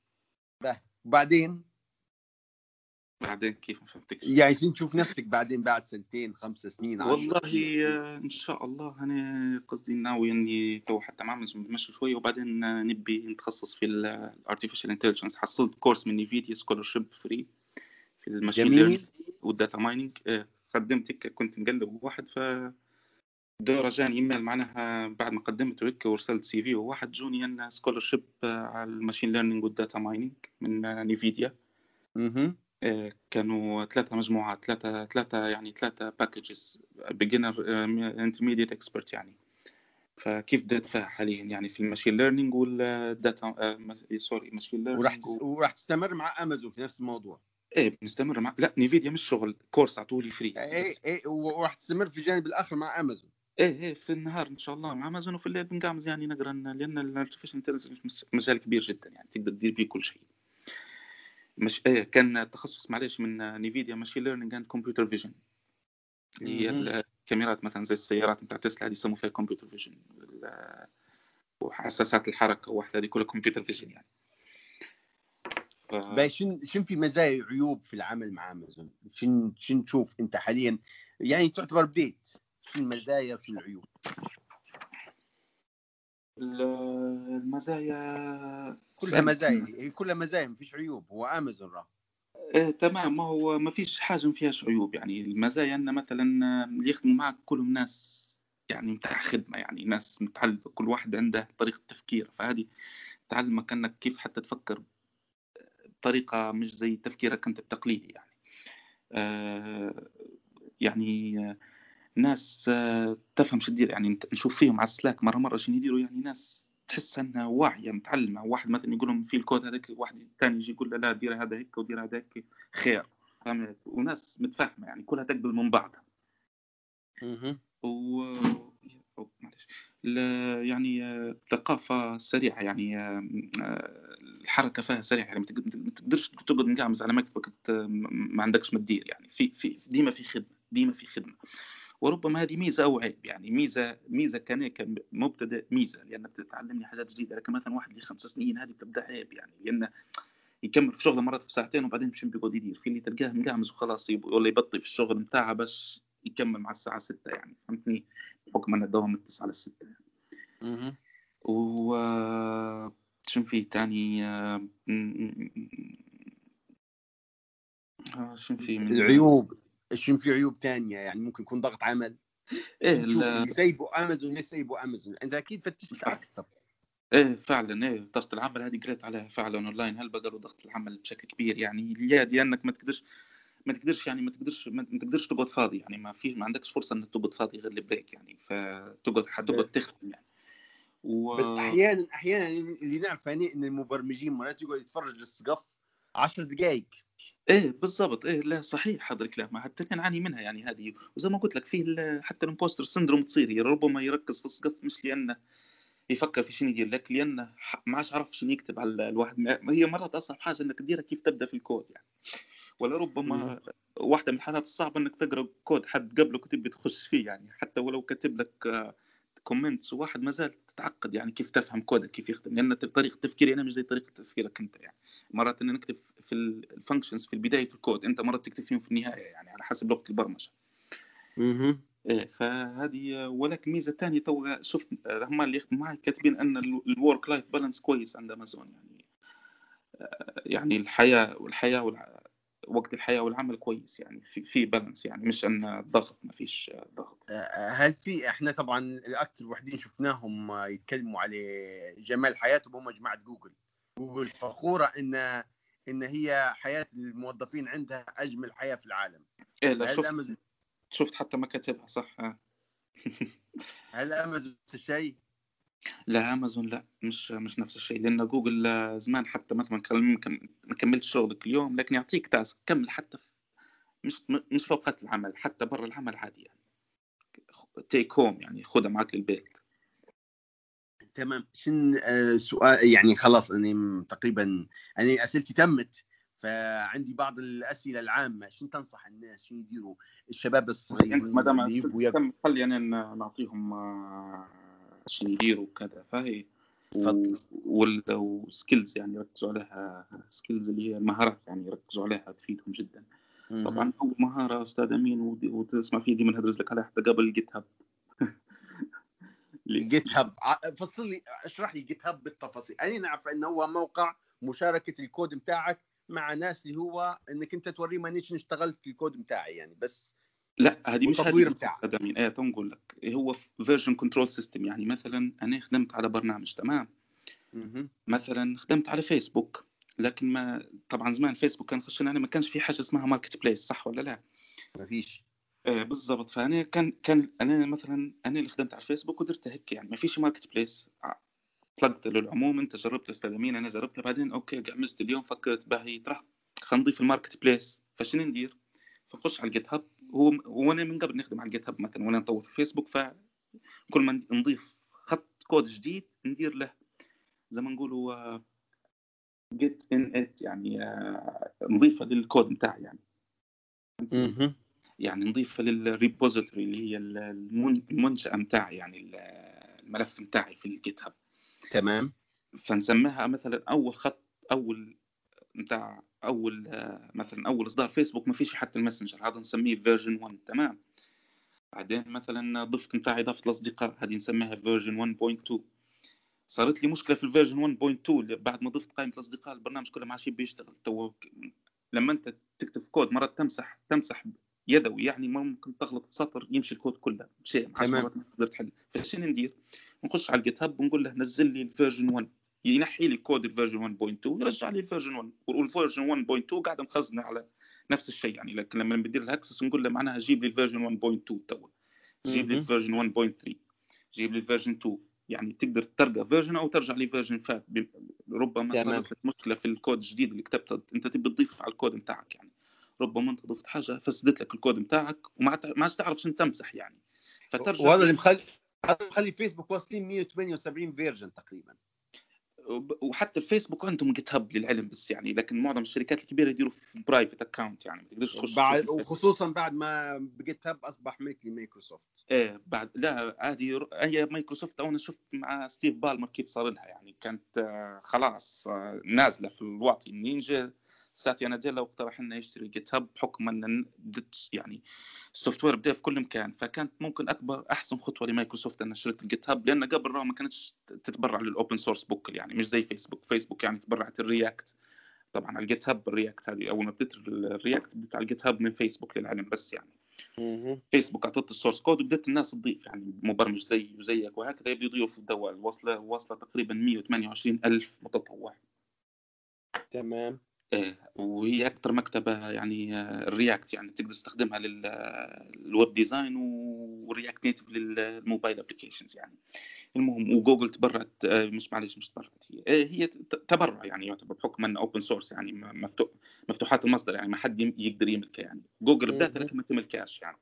بعدين كيف ما فهمتكش؟ يعني نشوف نفسك بعدين بعد 2 5 سنين 10 والله سنين؟ ان شاء الله انا قصدي ناوي اني تو حتى مع امازون بنمشي شويه وبعدين نبي نتخصص في الارتفيشال انتليجنس. حصلت كورس من نيفيديا سكولرشيب فري في الماشين ليرنينج جميل. والداتا مايننج. قدمت هيك كنت مقلب واحد دورة جاني ايميل معناها بعد ما قدمت هيك وارسلت سي في وواحد جوني ان سكولرشيب على الماشين ليرنينج والداتا مايننج من نيفيديا. كانوا 3 مجموعات، 3 باكجز، بيجنر انترميديت اكسبرت يعني. فكيف بدأت فيها حاليا يعني في الماشين ليرنينج والداتا ماشين ليرنينج وراح تستمر مع امازون في نفس الموضوع؟ ايه بنستمر مع لا نيفيديا مش شغل كورس عطولي فري يعني بس. وراح تستمر في الجانب الاخر مع امازون؟ ايه في النهار ان شاء الله مع امازون وفي الليل بنقامز يعني نقرا لان الارتفيشال انتليجنس مجال كبير جدا يعني تقدر تدير بيه كل شيء. مش كان التخصص معلش من نيفيديا ماشين ليرنينج اند كمبيوتر فيجن، اللي هي الكاميرات مثلا زي السيارات بتاعت تسلا دي يسموا فيها كمبيوتر فيجن، وحساسات الحركه واحده دي كلها كمبيوتر فيجن يعني. شن في مزايا وعيوب في العمل مع امازون؟ شن تشوف انت حاليا يعني تعتبر بديت، شو المزايا وشو العيوب؟ المزايا كلها مزايا، هي كلها مزايا ما فيش عيوب، هو امازون راه. تمام. ما هو ما فيش حاجة ما فيهاش عيوب يعني. المزايا أن مثلا اللي يخدموا معك كلهم ناس يعني متاع خدمة، يعني ناس متعلمة، كل واحد عنده طريقة تفكير، فهذه تعلمك أنك كيف حتى تفكر بطريقة مش زي تفكيرك أنت التقليدي يعني. يعني ناس تفهم شو تدير يعني. نشوف فيهم على السلاك مرة شنو يديروا يعني، ناس تحس انها واعيه متعلمه. واحد مثلا يقول لهم في الكود هذاك، واحد ثاني يجي يقول له لا دير هذا هيك ودير هذا هيك خير، فهمت؟ وناس متفاهمه يعني كلها تقبل من بعضها. و معلش يعني ثقافة سريعة يعني. الحركة فيها سريعة يعني ما تقدرش تقعد مقعمز على مكتبك ما عندكش ما تدير يعني. في ديما في خدمة. وربما هذه ميزة أو عيب يعني. ميزة كمبتدئ ميزة لأن بتتعلمني حاجات جديدة، لكن مثلا واحد اللي 5 سنين هذه بتبدأ عيب يعني، لأن يكمل في شغله مرات في ساعتين وبعدين مش بيقعد يدير. في اللي تلقاه مقعمز وخلاص ولا يبطل في الشغل متاعه باش يكمل مع الساعة 6 يعني، فهمتني؟ بحكم أن الدوام من 9 ل 6 يعني. و شنو في تاني؟ شنو في من العيوب؟ شنو في عيوب تانية يعني؟ ممكن يكون ضغط عمل. ايه تشوف اللي يسيبوا امازون يسيبوا امازون، انت اكيد فتشت اكثر. ايه فعلا. ايه ضغط العمل هذه قريت عليها فعلا اونلاين، هل بدلوا ضغط العمل بشكل كبير يعني. لانك ما تقدرش تقعد فاضي يعني. ما عندكش فرصه انك تقعد فاضي غير البريك يعني، حتقعد تخدم يعني. بس احيانا اللي نعرف يعني ان المبرمجين مرات يقعد يتفرج للسقف 10 دقائق. ايه بالضبط. ايه لا صحيح حضرتك، لا ما حتى نعاني منها يعني هذه. وزي ما قلت لك فيه حتى الامبوستر سندروم تصير. هي ربما يركز في السقف مش لانه يفكر في شنو يدير لك، لانه ما عادش عرف شنو يكتب على الواحد. هي مرات اصعب حاجه انك تديرها كيف تبدا في الكود يعني. ولا ربما واحده من الحالات الصعبه انك تقرا كود حد قبلك وتبي تخش فيه يعني. حتى ولو كاتب لك كومنتس واحد ما زال تتعقد يعني كيف تفهم كودك كيف يخدم، لان طريقه تفكيري انا مش زي طريقه تفكيرك انت يعني. مرات ان نكتب في الفانكشنز في بدايه الكود، انت مرات تكتب فيهم في النهايه يعني على حسب لغه البرمجه. إيه فهذه. ولكن ميزه ثانيه تو شفت هم اللي يخدموا معي كاتبين ان الورك لايف بالانس كويس عند امازون يعني. يعني وقت الحياة والعمل كويس يعني، في بالانس يعني، مش أن ضغط، ما فيش ضغط. هل في احنا طبعا اكثر وحدين شفناهم يتكلموا على جمال حياتهم هم جماعه جوجل. جوجل فخوره ان هي حياه الموظفين عندها اجمل حياه في العالم. إيه لا، هل امازون شفت حتى مكاتبها صح. هل امازون نفس الشيء؟ لا أمازون لا، مش نفس الشيء، لأن جوجل زمان حتى مثلا ما كملت شغلك اليوم، لكن يعطيك تاسك كمل حتى مش في أوقات العمل، حتى برا العمل عادي يعني، تيك هوم يعني، خدها معك البيت. تمام. شن سؤال يعني خلاص أنا تقريبا أنا أسئلتي تمت، فعندي بعض الأسئلة العامة. شن تنصح الناس شن يديروا الشباب أنت الصغيرين ما دام اللي يبغوا كمل، خلي أنا نعطيهم شو يديروا وكذا، فهي تفضل. وسكيلز يعني يركزوا عليها، سكيلز اللي هي المهارات يعني يركزوا عليها تفيدهم جدا. طبعا أول مهارة أستاذ أمين وتسمع فيه دي من هدرس لك عليها حتى قبل الجيت هاب. الجيت هاب فصل لي، اشرح لي الجيت هاب بالتفاصيل. أنا نعرف أنه هو موقع مشاركة الكود بتاعك مع ناس، اللي هو أنك أنت توريه مانيش اشتغلت الكود بتاعي يعني بس، لا هذه مش هذه والتطوير بس بتاعك. أستاذ أمين، تو نقول لك هو فيرجن كنترول سيستم. يعني مثلا أنا خدمت على برنامج تمام، مثلا خدمت على فيسبوك، لكن ما طبعا زمان فيسبوك كان خشنا يعني، ما كانش في حاجه اسمها ماركت بليس، صح ولا لا؟ ما فيش. بالضبط. فانا كان انا مثلا انا اللي خدمت على الفيسبوك ودرت هيك يعني، ما فيش ماركت بليس. طلقت للعموم، انت جربت استاذ امين، انا جربتها، بعدين اوكي قعمزت اليوم فكرت باهي تروح خلينا نضيف الماركت بليس، فشنو ندير؟ فنخش على الجيت هاب. وانا من قبل نخدم على الجيت هاب مثلا وانا نطور في فيسبوك، فكل ما نضيف خط كود جديد ندير له زي ما نقولوا جيت ان ات يعني، نضيفها للكود بتاعي يعني. يعني نضيفها للريبوزيتوري اللي هي المنشأة بتاعي يعني، الملف بتاعي في الجيت هاب. تمام. فنسميها مثلا اول خط، اول بتاع اول مثلا اول اصدار فيسبوك ما فيش حتى الماسنجر، هذا نسميه فيرجن 1 تمام. بعدين مثلا ضفت بتاع اضافه الاصدقاء، هذه نسميها فيرجن 1.2. صارت لي مشكله في الفيرجن 1.2 بعد ما ضفت قائمه الاصدقاء البرنامج كله ما عادش بيشتغل. تو لما انت تكتب كود مرات تمسح يدوي يعني، ممكن تغلط بسطر يمشي الكود كله شيء 10 تمام. مرات ما تقدر تحل. فشنو ندير؟ نخش على الجيت هاب ونقول له نزل لي الفيرجن 1، ينحي لي كود الفيرجن 1.2 ويرجع لي الفيرجن 1، والفيرجن 1.2 قاعد مخزنه على نفس الشيء يعني. لكن لما بدير الاكسس نقول له معناها جيب لي الفيرجن 1.2 تو، جيب لي الفيرجن 1.3، جيب لي الفيرجن 2. يعني تقدر ترجع فيرجن او ترجع لي فيرجن فات. ربما تمام. صارت لك مشكله في الكود الجديد اللي كتبته، انت تبي تضيف على الكود بتاعك يعني، ربما انت ضفت حاجه فسدت لك الكود بتاعك وما عادش تعرف شنو تمسح يعني، فترجع وهذا اللي مخلي فيسبوك واصلين 178 فيرجن تقريبا. وحتى الفيسبوك عندهم جيت هاب للعلم بس يعني، لكن معظم الشركات الكبيره يديروا في برايفت اكونت يعني، ما تقدرش تخش بعد، تشوف. وخصوصا بعد ما جيت هاب اصبح ملك لمايكروسوفت. ايه بعد لا عادي، هي مايكروسوفت. انا شفت مع ستيف بالمر كيف صار لها يعني، كانت خلاص نازله في الواطي. نينجا ساتيا ناديلا واقترح انه يشتري جيت هاب بحكم ان يعني السوفت وير بدا في كل مكان، فكانت ممكن احسن خطوه لمايكروسوفت ان شرت الجيت هاب، لان قبل ما كانتش تتبرع للاوبن سورس بوك يعني، مش زي فيسبوك يعني تبرعت الرياكت. طبعا على الجيت هاب الرياكت هذه اول ما بدت الرياكت بدت على الجيت هاب من فيسبوك للعلم بس يعني. فيسبوك اعطت السورس كود وبدات الناس تضيف يعني، مبرمج زي وزيك وهكذا يبدو يضيفوا الدواء. واصله تقريبا 128 ألف متطوع. تمام. وهي اكثر مكتبه يعني الرياكت يعني تقدر تستخدمها للويب ديزاين، والرياكت نيتف للموبايل ابلكيشنز يعني. المهم وجوجل تبرعت مش تبرعت، هي تبرع يعني يعتبر بحكم انه اوبن سورس يعني، مفتوحات المصدر يعني، ما حد يقدر يملكها يعني. جوجل بداتها لكن ما تملكهاش يعني.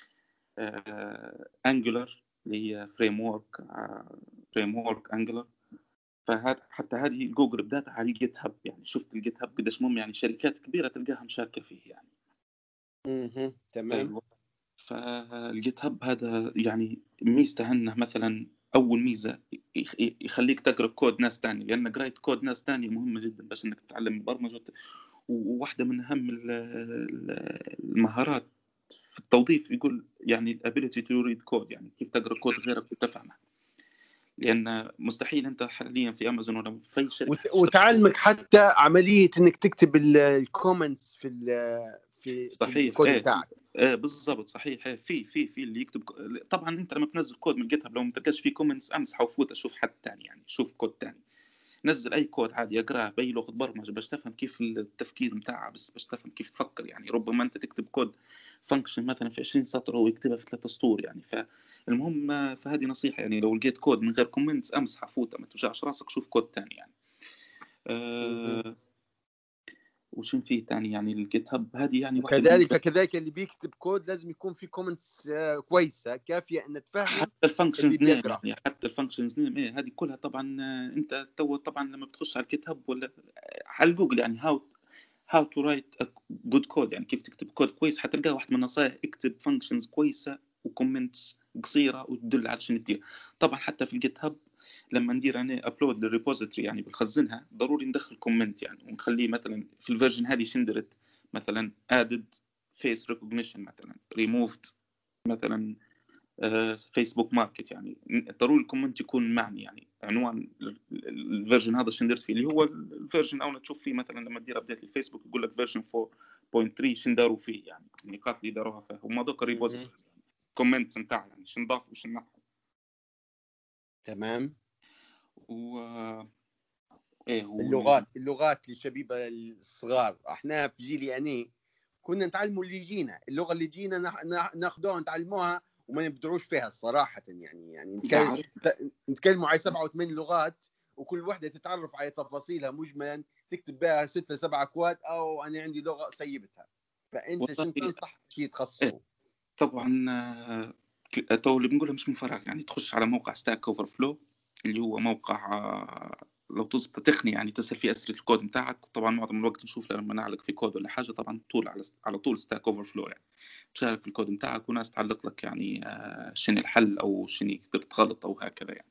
انجولار اللي هي فريم ورك انجولار. حتى هذه جوجل بداتها على الجيت هاب يعني. شفت الجيت هاب قديش مهم يعني، شركات كبيره تلقاها مشاركه فيه يعني. تمام. ايوه. فالجيت هاب هذا يعني ميزته انه مثلا اول ميزه يخليك تقرا كود ناس ثاني، لان قرايه كود ناس ثانيه مهمه جدا باش انك تتعلم البرمجه. وواحده من اهم المهارات في التوظيف يقول يعني ability to read code، يعني كيف تقرا كود غيرك وتفهمه. لان مستحيل انت حاليا في امازون ولا في اي شركه وتعلمك حتى عمليه انك تكتب الكومنتس في صحيح الكود بتاعك. بالضبط صحيح. في اللي يكتب طبعا انت لما تنزل كود من الجيت هاب لو ما تلقاش فيه كومنتس امسحه وفوت اشوف حد ثاني، يعني شوف كود ثاني، نزل اي كود عادي اقراه باي لغه برمجه باش تفهم كيف التفكير متاعها، بس باش تفهم كيف تفكر. يعني ربما انت تكتب كود فانكشن مثلا في 20 سطر وهو يكتبها في 3 سطور يعني. فالمهم فهذه نصيحه يعني، لو لقيت كود من غير كومنتس امسحه فوت، ما توجعش راسك، شوف كود ثاني يعني. وشن فيه تاني يعني الجيت هاب هذه يعني واحدة من كذلك اللي بيكتب كود لازم يكون في كومنتس كويسة كافية ان تفهم حتى اللي الفانكشنز نيم بيقرا. يعني، حتى الفانكشنز نيم هذه كلها طبعا. انت تو طبعا لما بتخش على الجيت هاب ولا على جوجل يعني هاو تو رايت جود كود، يعني كيف تكتب كود كويس، حتلقاها واحدة من النصائح اكتب فانكشنز كويسة وكومنتس قصيرة وتدل على شنو تدير. طبعا حتى في الجيت هاب لما ندير انا ابلود للريبوزيتوري يعني بنخزنها، ضروري ندخل كومنت يعني، ونخليه مثلا في الفيرجن هذه شندرت مثلا added face recognition مثلا removed مثلا فيسبوك ماركت، يعني ضروري الكومنت يكون معني يعني عنوان الفيرجن هذا شندرت فيه، اللي هو الفيرجن او تشوف فيه مثلا لما تدير ابديت للفيسبوك يقول لك فيرجن 4.3 شنداروا فيه يعني النقاط اللي داروها فيه، وما دوك الريبوزيتوريز يعني كومنتس نتاعها يعني شنضاف وشنحوا. تمام. و اللغات للشبيبة الصغار، احنا في جيلي أنا كنا نتعلموا اللي يجينا، اللغة اللي جينا ناخذوها نتعلموها وما نبدعوش فيها الصراحة يعني نتكلموا على 7 و8 لغات، وكل واحدة تتعرف على تفاصيلها مجملا، تكتب بها 6 7 أكواد، أو أنا عندي لغة سيبتها. فأنت شو تنصح شيء تخصصه؟ طبعا تو اللي بنقولها مش من فراغ يعني، تخش على موقع ستاك اوفر فلو اللي هو موقع لو تظبط تقني يعني تسهل فيه أسئلة الكود نتاعك. طبعا معظم الوقت نشوف لما نعلق في كود ولا حاجة طبعا طول على طول ستاك اوفر فلو يعني، تشارك الكود نتاعك وناس تعلق لك يعني شنو الحل او شنو قدرت غلط او هكذا يعني.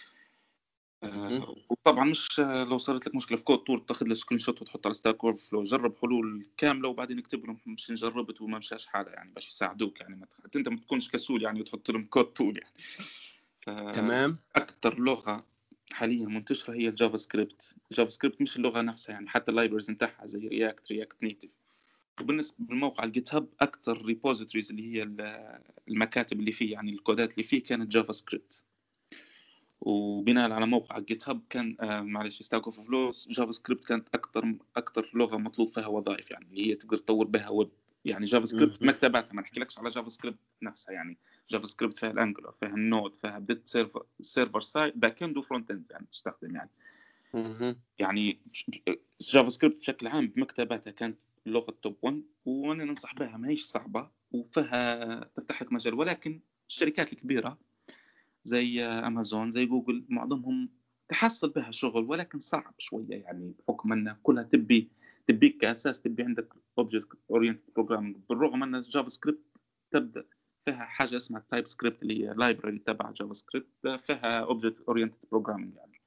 وطبعا مش لو صارت لك مشكله في كود طول تاخذ لك سكرين شوت وتحطها على ستاك اوفر فلو، جرب حلول كامله وبعدين اكتب لهم مش نجربت وما مشاش حاله يعني باش يساعدوك يعني، حتى انت ما تكونش كسول يعني وتحط لهم كود طول يعني. تمام. اكثر لغه حاليا منتشره هي الجافا سكريبت. الجافا سكريبت مش اللغه نفسها يعني، حتى اللايبرز نتاعها زي رياكت نيتف. وبالنسبه للموقع الجيت هاب اكثر ريبوزيتوريز اللي هي المكاتب اللي فيه يعني الكودات اللي فيه كانت جافا سكريبت. وبناء على موقع جيت هاب كان معلش ستاك اوف فلوس جافا سكريبت كانت اكثر لغه مطلوب فيها وظائف يعني، اللي هي تقدر تطور بها ويب يعني. جافا سكريبت مكتباتها ما نحكيلكش على جافا سكريبت نفسها يعني، جافا سكريبت فيها الانجلر فيها النود فيها بيت سيرفر سايد باك اند وفرونت اند يعني تستخدم يعني. يعني جافا سكريبت بشكل عام بمكتباتها كانت اللغه توب 1، وانا ننصح بها، ما هيش صعبه وفيها تفتح لك مجال. ولكن الشركات الكبيره زي امازون زي جوجل معظمهم تحصل بها شغل، ولكن صعب شويه يعني بحكم ان كلها تبيك كاساس، تبي عندك اوبجكت اورينتد بروجرامينج، بالرغم ان جافا سكريبت تبدا فيها حاجه اسمها تايب سكريبت اللي هي لايبرري تبع جافا سكريبت فيها اوبجكت اورينتد بروجرامينج يعني.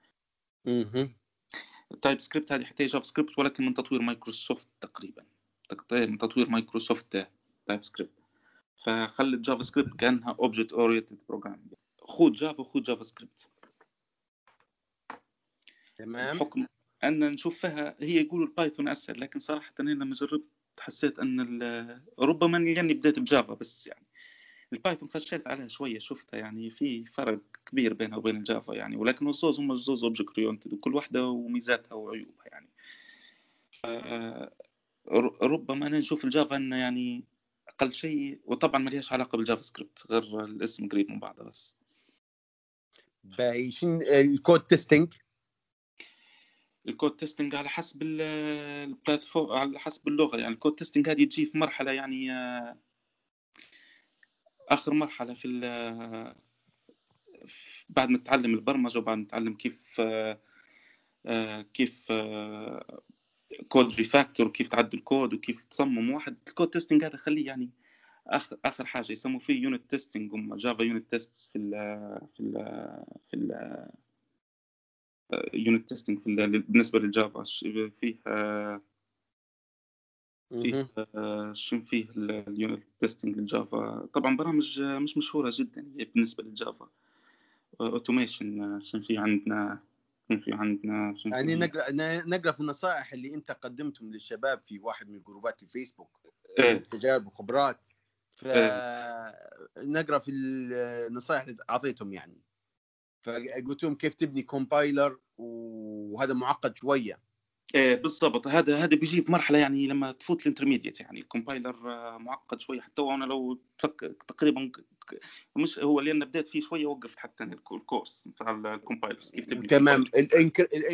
التايب سكريبت هذه حتى جافا سكريبت ولكن من تطوير مايكروسوفت تقريبا، من تطوير مايكروسوفت تايب سكريبت، فخلت جافا سكريبت كانها اوبجكت اورينتد بروجرامينج. خود جافا سكريبت. تمام. بحكم ان نشوف فيها هي يقولوا البايثون اسهل، لكن صراحه انا لما جربت حسيت ان ربما لاني بديت بجافا بس يعني البايثون خشيت عليها شويه شفتها يعني في فرق كبير بينها وبين الجافا يعني، ولكن الزوز هم الزوز اوبجكت اورينتد وكل واحده وميزاتها وعيوبها يعني. ربما انا نشوف الجافا انه يعني اقل شيء، وطبعا ما لهاش علاقه بالجافا سكريبت غير الاسم قريب من بعضه بس. باهي شنو الكود تيستينج؟ الكود تيستينج على حسب البلاتفورم على حسب اللغه يعني. الكود تيستينج هذه تجي في مرحله يعني اخر مرحله بعد ما تتعلم البرمجه وبعد ما تتعلم كيف كود ريفاكتور وكيف تعدل كود وكيف تصمم واحد. الكود تيستينج هذا خليه يعني اخر حاجه يسموه فيه يونت تيستينج، هم جافا يونت تيستس في يونت تيستينج بالنسبه للجافا فيه اليونت تيستينج للجافا. طبعا برامج مش مشهوره جدا بالنسبه للجافا، اوتوميشن. شنو في عندنا شنو يعني في نقرا في النصائح اللي انت قدمتهم للشباب في واحد من الجروبات في فيسبوك، ايه تجارب وخبرات، ايه فنقرا في النصائح اللي اعطيتهم يعني. فقلت لهم كيف تبني كومبايلر، وهذا معقد شويه. ايه بالضبط. هذا بيجي في مرحله يعني لما تفوت الانترميديت، يعني الكومبايلر معقد شويه. حتى وانا لو تفكر تقريبا مش هو اللي انا بديت فيه شويه، وقفت حتى الكورس بتاع الكومبايلرز كيف تبني تمام. كومبايلر.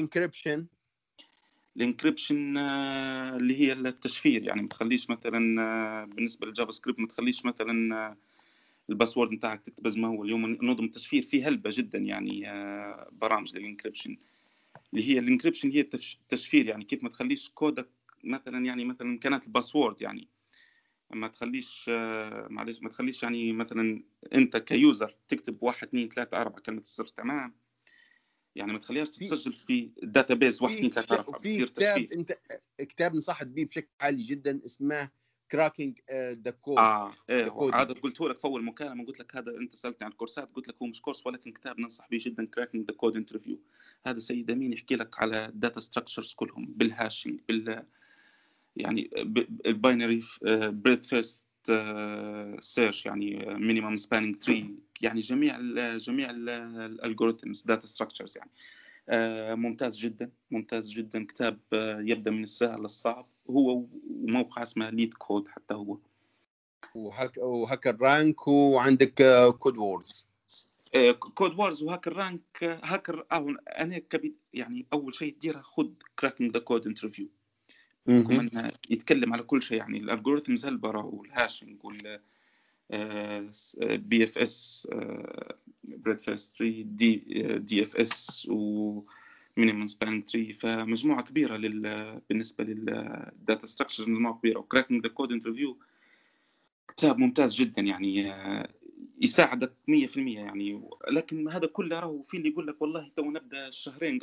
الانكريبشن اللي هي التشفير، يعني ما تخليش مثلا بالنسبه للجافا سكريبت ما تخليش مثلا الباسورد نتاعك تكتب زي ما هو. اليوم نظم التشفير فيه هلبة جدا يعني برامج للانكريبشن. اللي هي الانكريبشن هي التشفير، يعني كيف ما تخليش كودك مثلا، يعني مثلا كانت الباسورد يعني ما تخليش معلش ما تخليش يعني مثلا انت كيوزر تكتب 1 2 3 4 كلمة السر، تمام؟ يعني ما تخليهاش تتسجل في داتابيز 1 2 3 4. في بتصير كتاب، تشفير. انت كتاب نصحت به بشكل عالي جدا، اسمه كراكينج ذا كود. ايه عاد قلت لك في اول مكالمه، قلت لك هذا انت سالتني عن الكورسات، قلت لك هو مش كورس ولكن كتاب ننصح به جدا، كراكينج ذا كود انترفيو. هذا سيد امين يحكي لك على الداتا ستراكشرز كلهم بالهاشنج يعني الباينري بريد فيرست سيرش، يعني مينيمم سبانينج تري، يعني جميع الالجوريثمز داتا ستراكشرز يعني. ممتاز جدا ممتاز جدا. كتاب يبدا من السهل للصعب. هو وموقع اسمه ليد كود حتى هو. وهاكر رانك، وعندك كود وورز. كود وورز وهاكر رانك. هاكر انا يعني اول شيء تديره خذ كراكينج ذا كود انترفيو، بحكم انه يتكلم على كل شيء، يعني الالجوريثمز هالبرا والهاشنج وال بي اف اس بريد فيرست تري دي اف اس ومينيمم سبانينج تري. فمجموعه كبيره بالنسبه للداتا ستراكشرز، مجموعه كبيره. وكراكينج ذا كود انترفيو كتاب ممتاز جدا يعني يساعدك 100% يعني. لكن هذا كله راهو في اللي يقول لك والله تو نبدا شهرين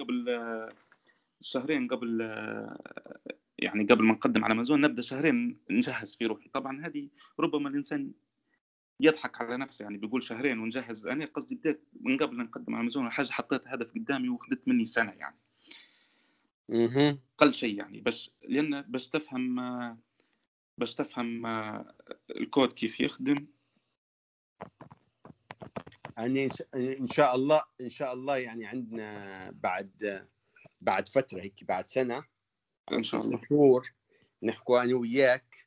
قبل يعني قبل ما نقدم على امازون نبدا شهرين نجهز في روحي. طبعا هذه ربما الانسان يضحك على نفسه، يعني بيقول شهرين ونجهز. انا قصدي بديت من قبل ان نقدم على امازون حاجه، حطيت هدف قدامي وخدت مني سنه يعني اقل شيء يعني، لان باش تفهم الكود كيف يخدم. يعني ان شاء الله يعني عندنا بعد فتره هيك، بعد سنه ان شاء الله شهور نحكوا انا وياك،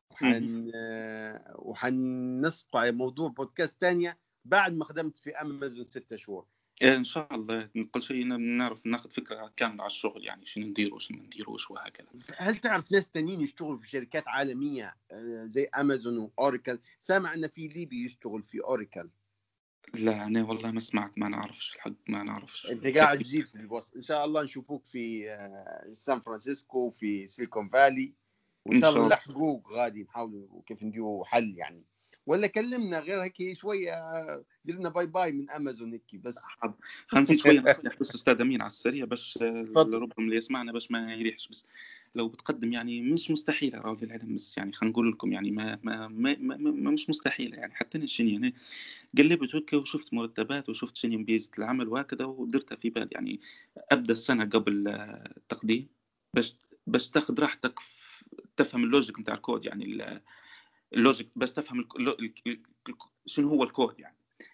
وحنصقع موضوع بودكاست ثانيه بعد ما خدمت في امازون 6 شهور ان شاء الله. كل شيء نعرف ناخذ فكره كامله على الشغل، يعني شنو ندير وشنو ما نديروش وهكذا. هل تعرف ناس تانيين يشتغلوا في شركات عالميه زي امازون واوراكل؟ سامع ان في ليبي يشتغل في اوراكل. لا انا والله ما سمعت، ما نعرفش الحق، ما نعرفش. انت قاعد جديد في الوسط. ان شاء الله نشوفوك في سان فرانسيسكو، في سيليكون فالي، وان شاء الله نلحقوك غادي. نحاولوا كيف نديروا حل يعني، ولا كلمنا غير هيك شويه، دير لنا باي باي من امازون هيك بس. خلينا نزيد شويه نصيحه بس استاذ امين على السريع، باش ربما اللي يسمعنا باش ما يريحش. بس لو بتقدم يعني مش مستحيل راهو للعلم، بس يعني خلينا نقول لكم يعني ما مش مستحيل يعني. حتى انا شنو يعني قلبت هكا وشفت مرتبات وشفت شنو ميزه العمل وهكذا، ودرتها في بالي يعني ابدا السنه قبل التقديم باش تاخذ راحتك تفهم اللوجيك نتاع الكود، يعني اللوجيك بس تفهم شنو هو الكود يعني.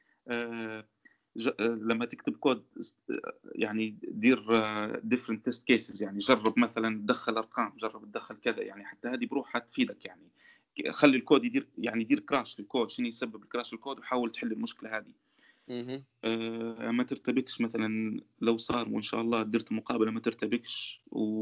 لما تكتب كود يعني دير different test cases، يعني جرب مثلا تدخل ارقام، جرب تدخل كذا، يعني حتى هذه بروحها تفيدك يعني. خلي الكود يدير كراش للكود، شنو يسبب الكراش للكود، وحاول تحل المشكله هذه. ما ترتبكش مثلا لو صار، وان شاء الله درت مقابله ما ترتبكش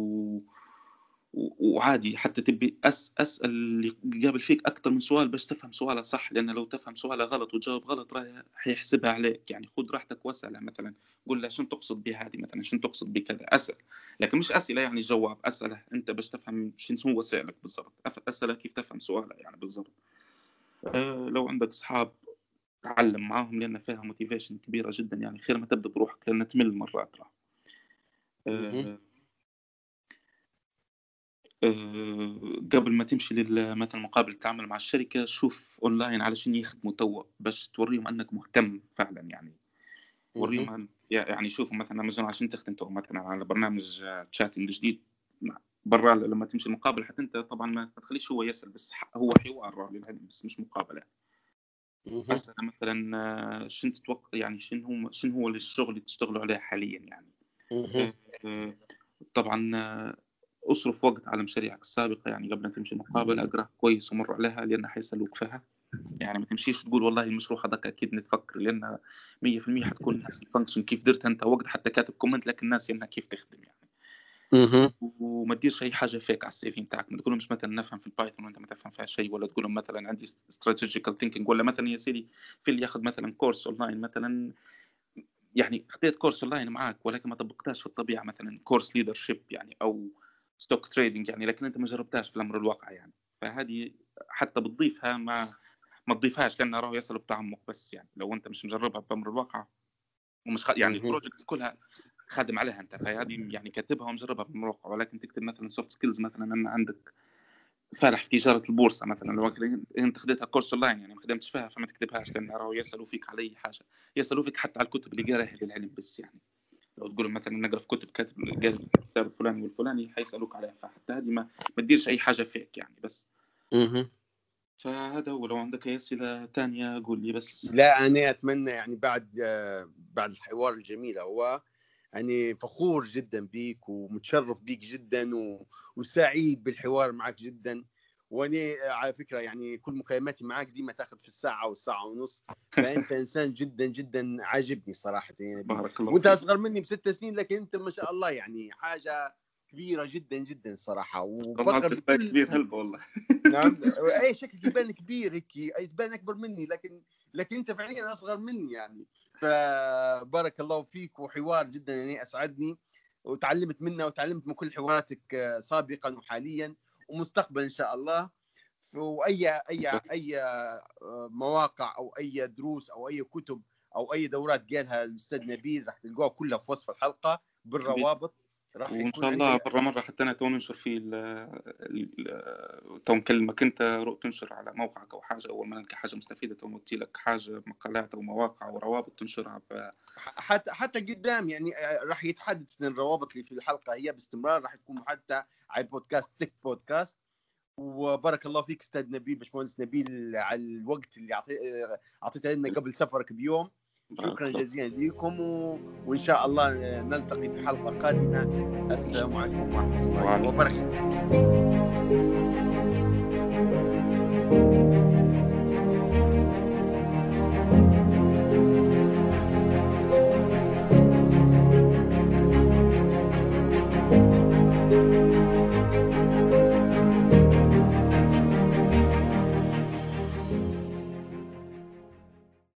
وعادي حتى تبي اسال اللي قابل فيك اكثر من سؤال باش تفهم سؤاله صح، لان لو تفهم سؤاله غلط وتجاوب غلط راه حيحسبها عليك. يعني خذ راحتك واساله، مثلا قول له شنو تقصد بهذه، مثلا شنو تقصد بكذا. اسال، لكن مش اسئله يعني جواب، اساله انت باش تفهم شنو هو سائلك بالضبط. اساله كيف تفهم سؤاله يعني بالضبط. لو عندك اصحاب تعلم معاهم، لان فيها موتيفيشن كبيره جدا يعني. خير ما تبدا بروحك لان تمل مرات قبل ما تمشي مثلا مقابل التعامل مع الشركة، شوف أونلاين على شنو يخدموا توا باش توريهم أنك مهتم فعلا يعني. وريهم يعني شوفوا مثلا امازون عشان تختم مثلا على برنامج تشاتنج جديد برا لما تمشي المقابله، حتى انت طبعا ما تخليش هو يسال، بس هو حوار للعلم بس مش مقابله. بس أنا مثلا شنو تتوقع يعني شنو هو الشغل اللي تشتغلوا عليه حاليا يعني؟ طبعا اصرف وقت على مشاريعك السابقه يعني قبل أن تمشي المقابله، اقرا كويس ومر عليها لان حيسالوك فيها. يعني ما تمشيش تقول والله المشروع هذاك اكيد نتفكر، لان 100% حتكون ناس الفانكشن كيف درت انت وقت حتى كاتب كومنت، لكن الناس انها كيف تخدم يعني. وما تديرش اي حاجه فيك على السي في نتاعك، ما تقولهمش مثلا نفهم في البايثون وانت ما تفهم فيها شيء، ولا تقولهم مثلا عندي استراتيجيكال ثينكينج، ولا مثلا يا سيدي في اللي ياخذ مثلا كورس اونلاين مثلا، يعني خديت كورس اونلاين معاك ولكن ما طبقتهاش في الطبيعه، مثلا كورس ليدرشيب يعني او ستوك تريدنج يعني، لكن انت ما جربتهاش في الامر الواقع يعني. فهذه حتى بتضيفها ما تضيفهاش، لان راهو يصلوا بتعمق، بس يعني لو انت مش مجربها بامر الواقع ومش يعني البروجكتس كلها خادم عليها انت، فهذه يعني كاتبها ومجربها بامر الواقع. ولكن تكتب مثلا سوفت سكيلز، مثلا ان عندك فالح في تجاره البورصه مثلا، لو انت خديتها كورس اونلاين يعني ما خدمتش فيها، فما تكتبهاش، لان راهو يسالوا فيك على اي حاجه، يسالوا فيك حتى على الكتب اللي قاريها للعلم بس يعني. لو تقول مثلا نقرا في كتب قاري الكتاب الفلاني والفلاني حيسالوك عليها، فحتى هذه ما تديرش اي حاجه فيك يعني بس. فهذا هو. لو عندك اي اسئله ثانيه قول لي بس. لا انا اتمنى يعني بعد الحوار الجميل، هو يعني فخور جدا بيك ومتشرف بيك جدا وسعيد بالحوار معك جدا. وانا على فكره يعني كل مكالماتي معك دي ما تاخذ في الساعه والساعه ونص، فانت انسان جدا جدا عاجبني صراحه يعني. بارك الله وانت فيك. اصغر مني ب6 سنين، لكن انت ما شاء الله يعني حاجه كبيره جدا جدا صراحه، وفخر بكل كبير هلبة والله. نعم اي شكلك يبان كبير هيك، يبان اكبر مني، لكن انت فعليا اصغر مني يعني. فبارك الله فيك، وحوار جدا يعني اسعدني، وتعلمت منه وتعلمت من كل حواراتك سابقا وحاليا ومستقبلا ان شاء الله. واي مواقع او اي دروس او اي كتب او اي دورات قالها الاستاذ نبيل راح تلقوها كلها في وصف الحلقه بالروابط. راح وان يكون شاء الله عندي مره حتى انا تو ننشر فيه تو نكلمك انت تنشر على موقعك او حاجه، اول ما نلقى حاجه مستفيده تو نوتي لك حاجه مقالات او مواقع او روابط تنشرها حتى قدام يعني راح يتحدث عن الروابط اللي في الحلقه هي باستمرار راح تكون حتى على بودكاست تك بودكاست. وبارك الله فيك استاذ نبيل، باشمهندس نبيل، على الوقت اللي اعطيته لنا قبل سفرك بيوم. شكرا جزيلا لكم وان شاء الله نلتقي بحلقه قادمه. السلام عليكم ورحمه الله وبركاته.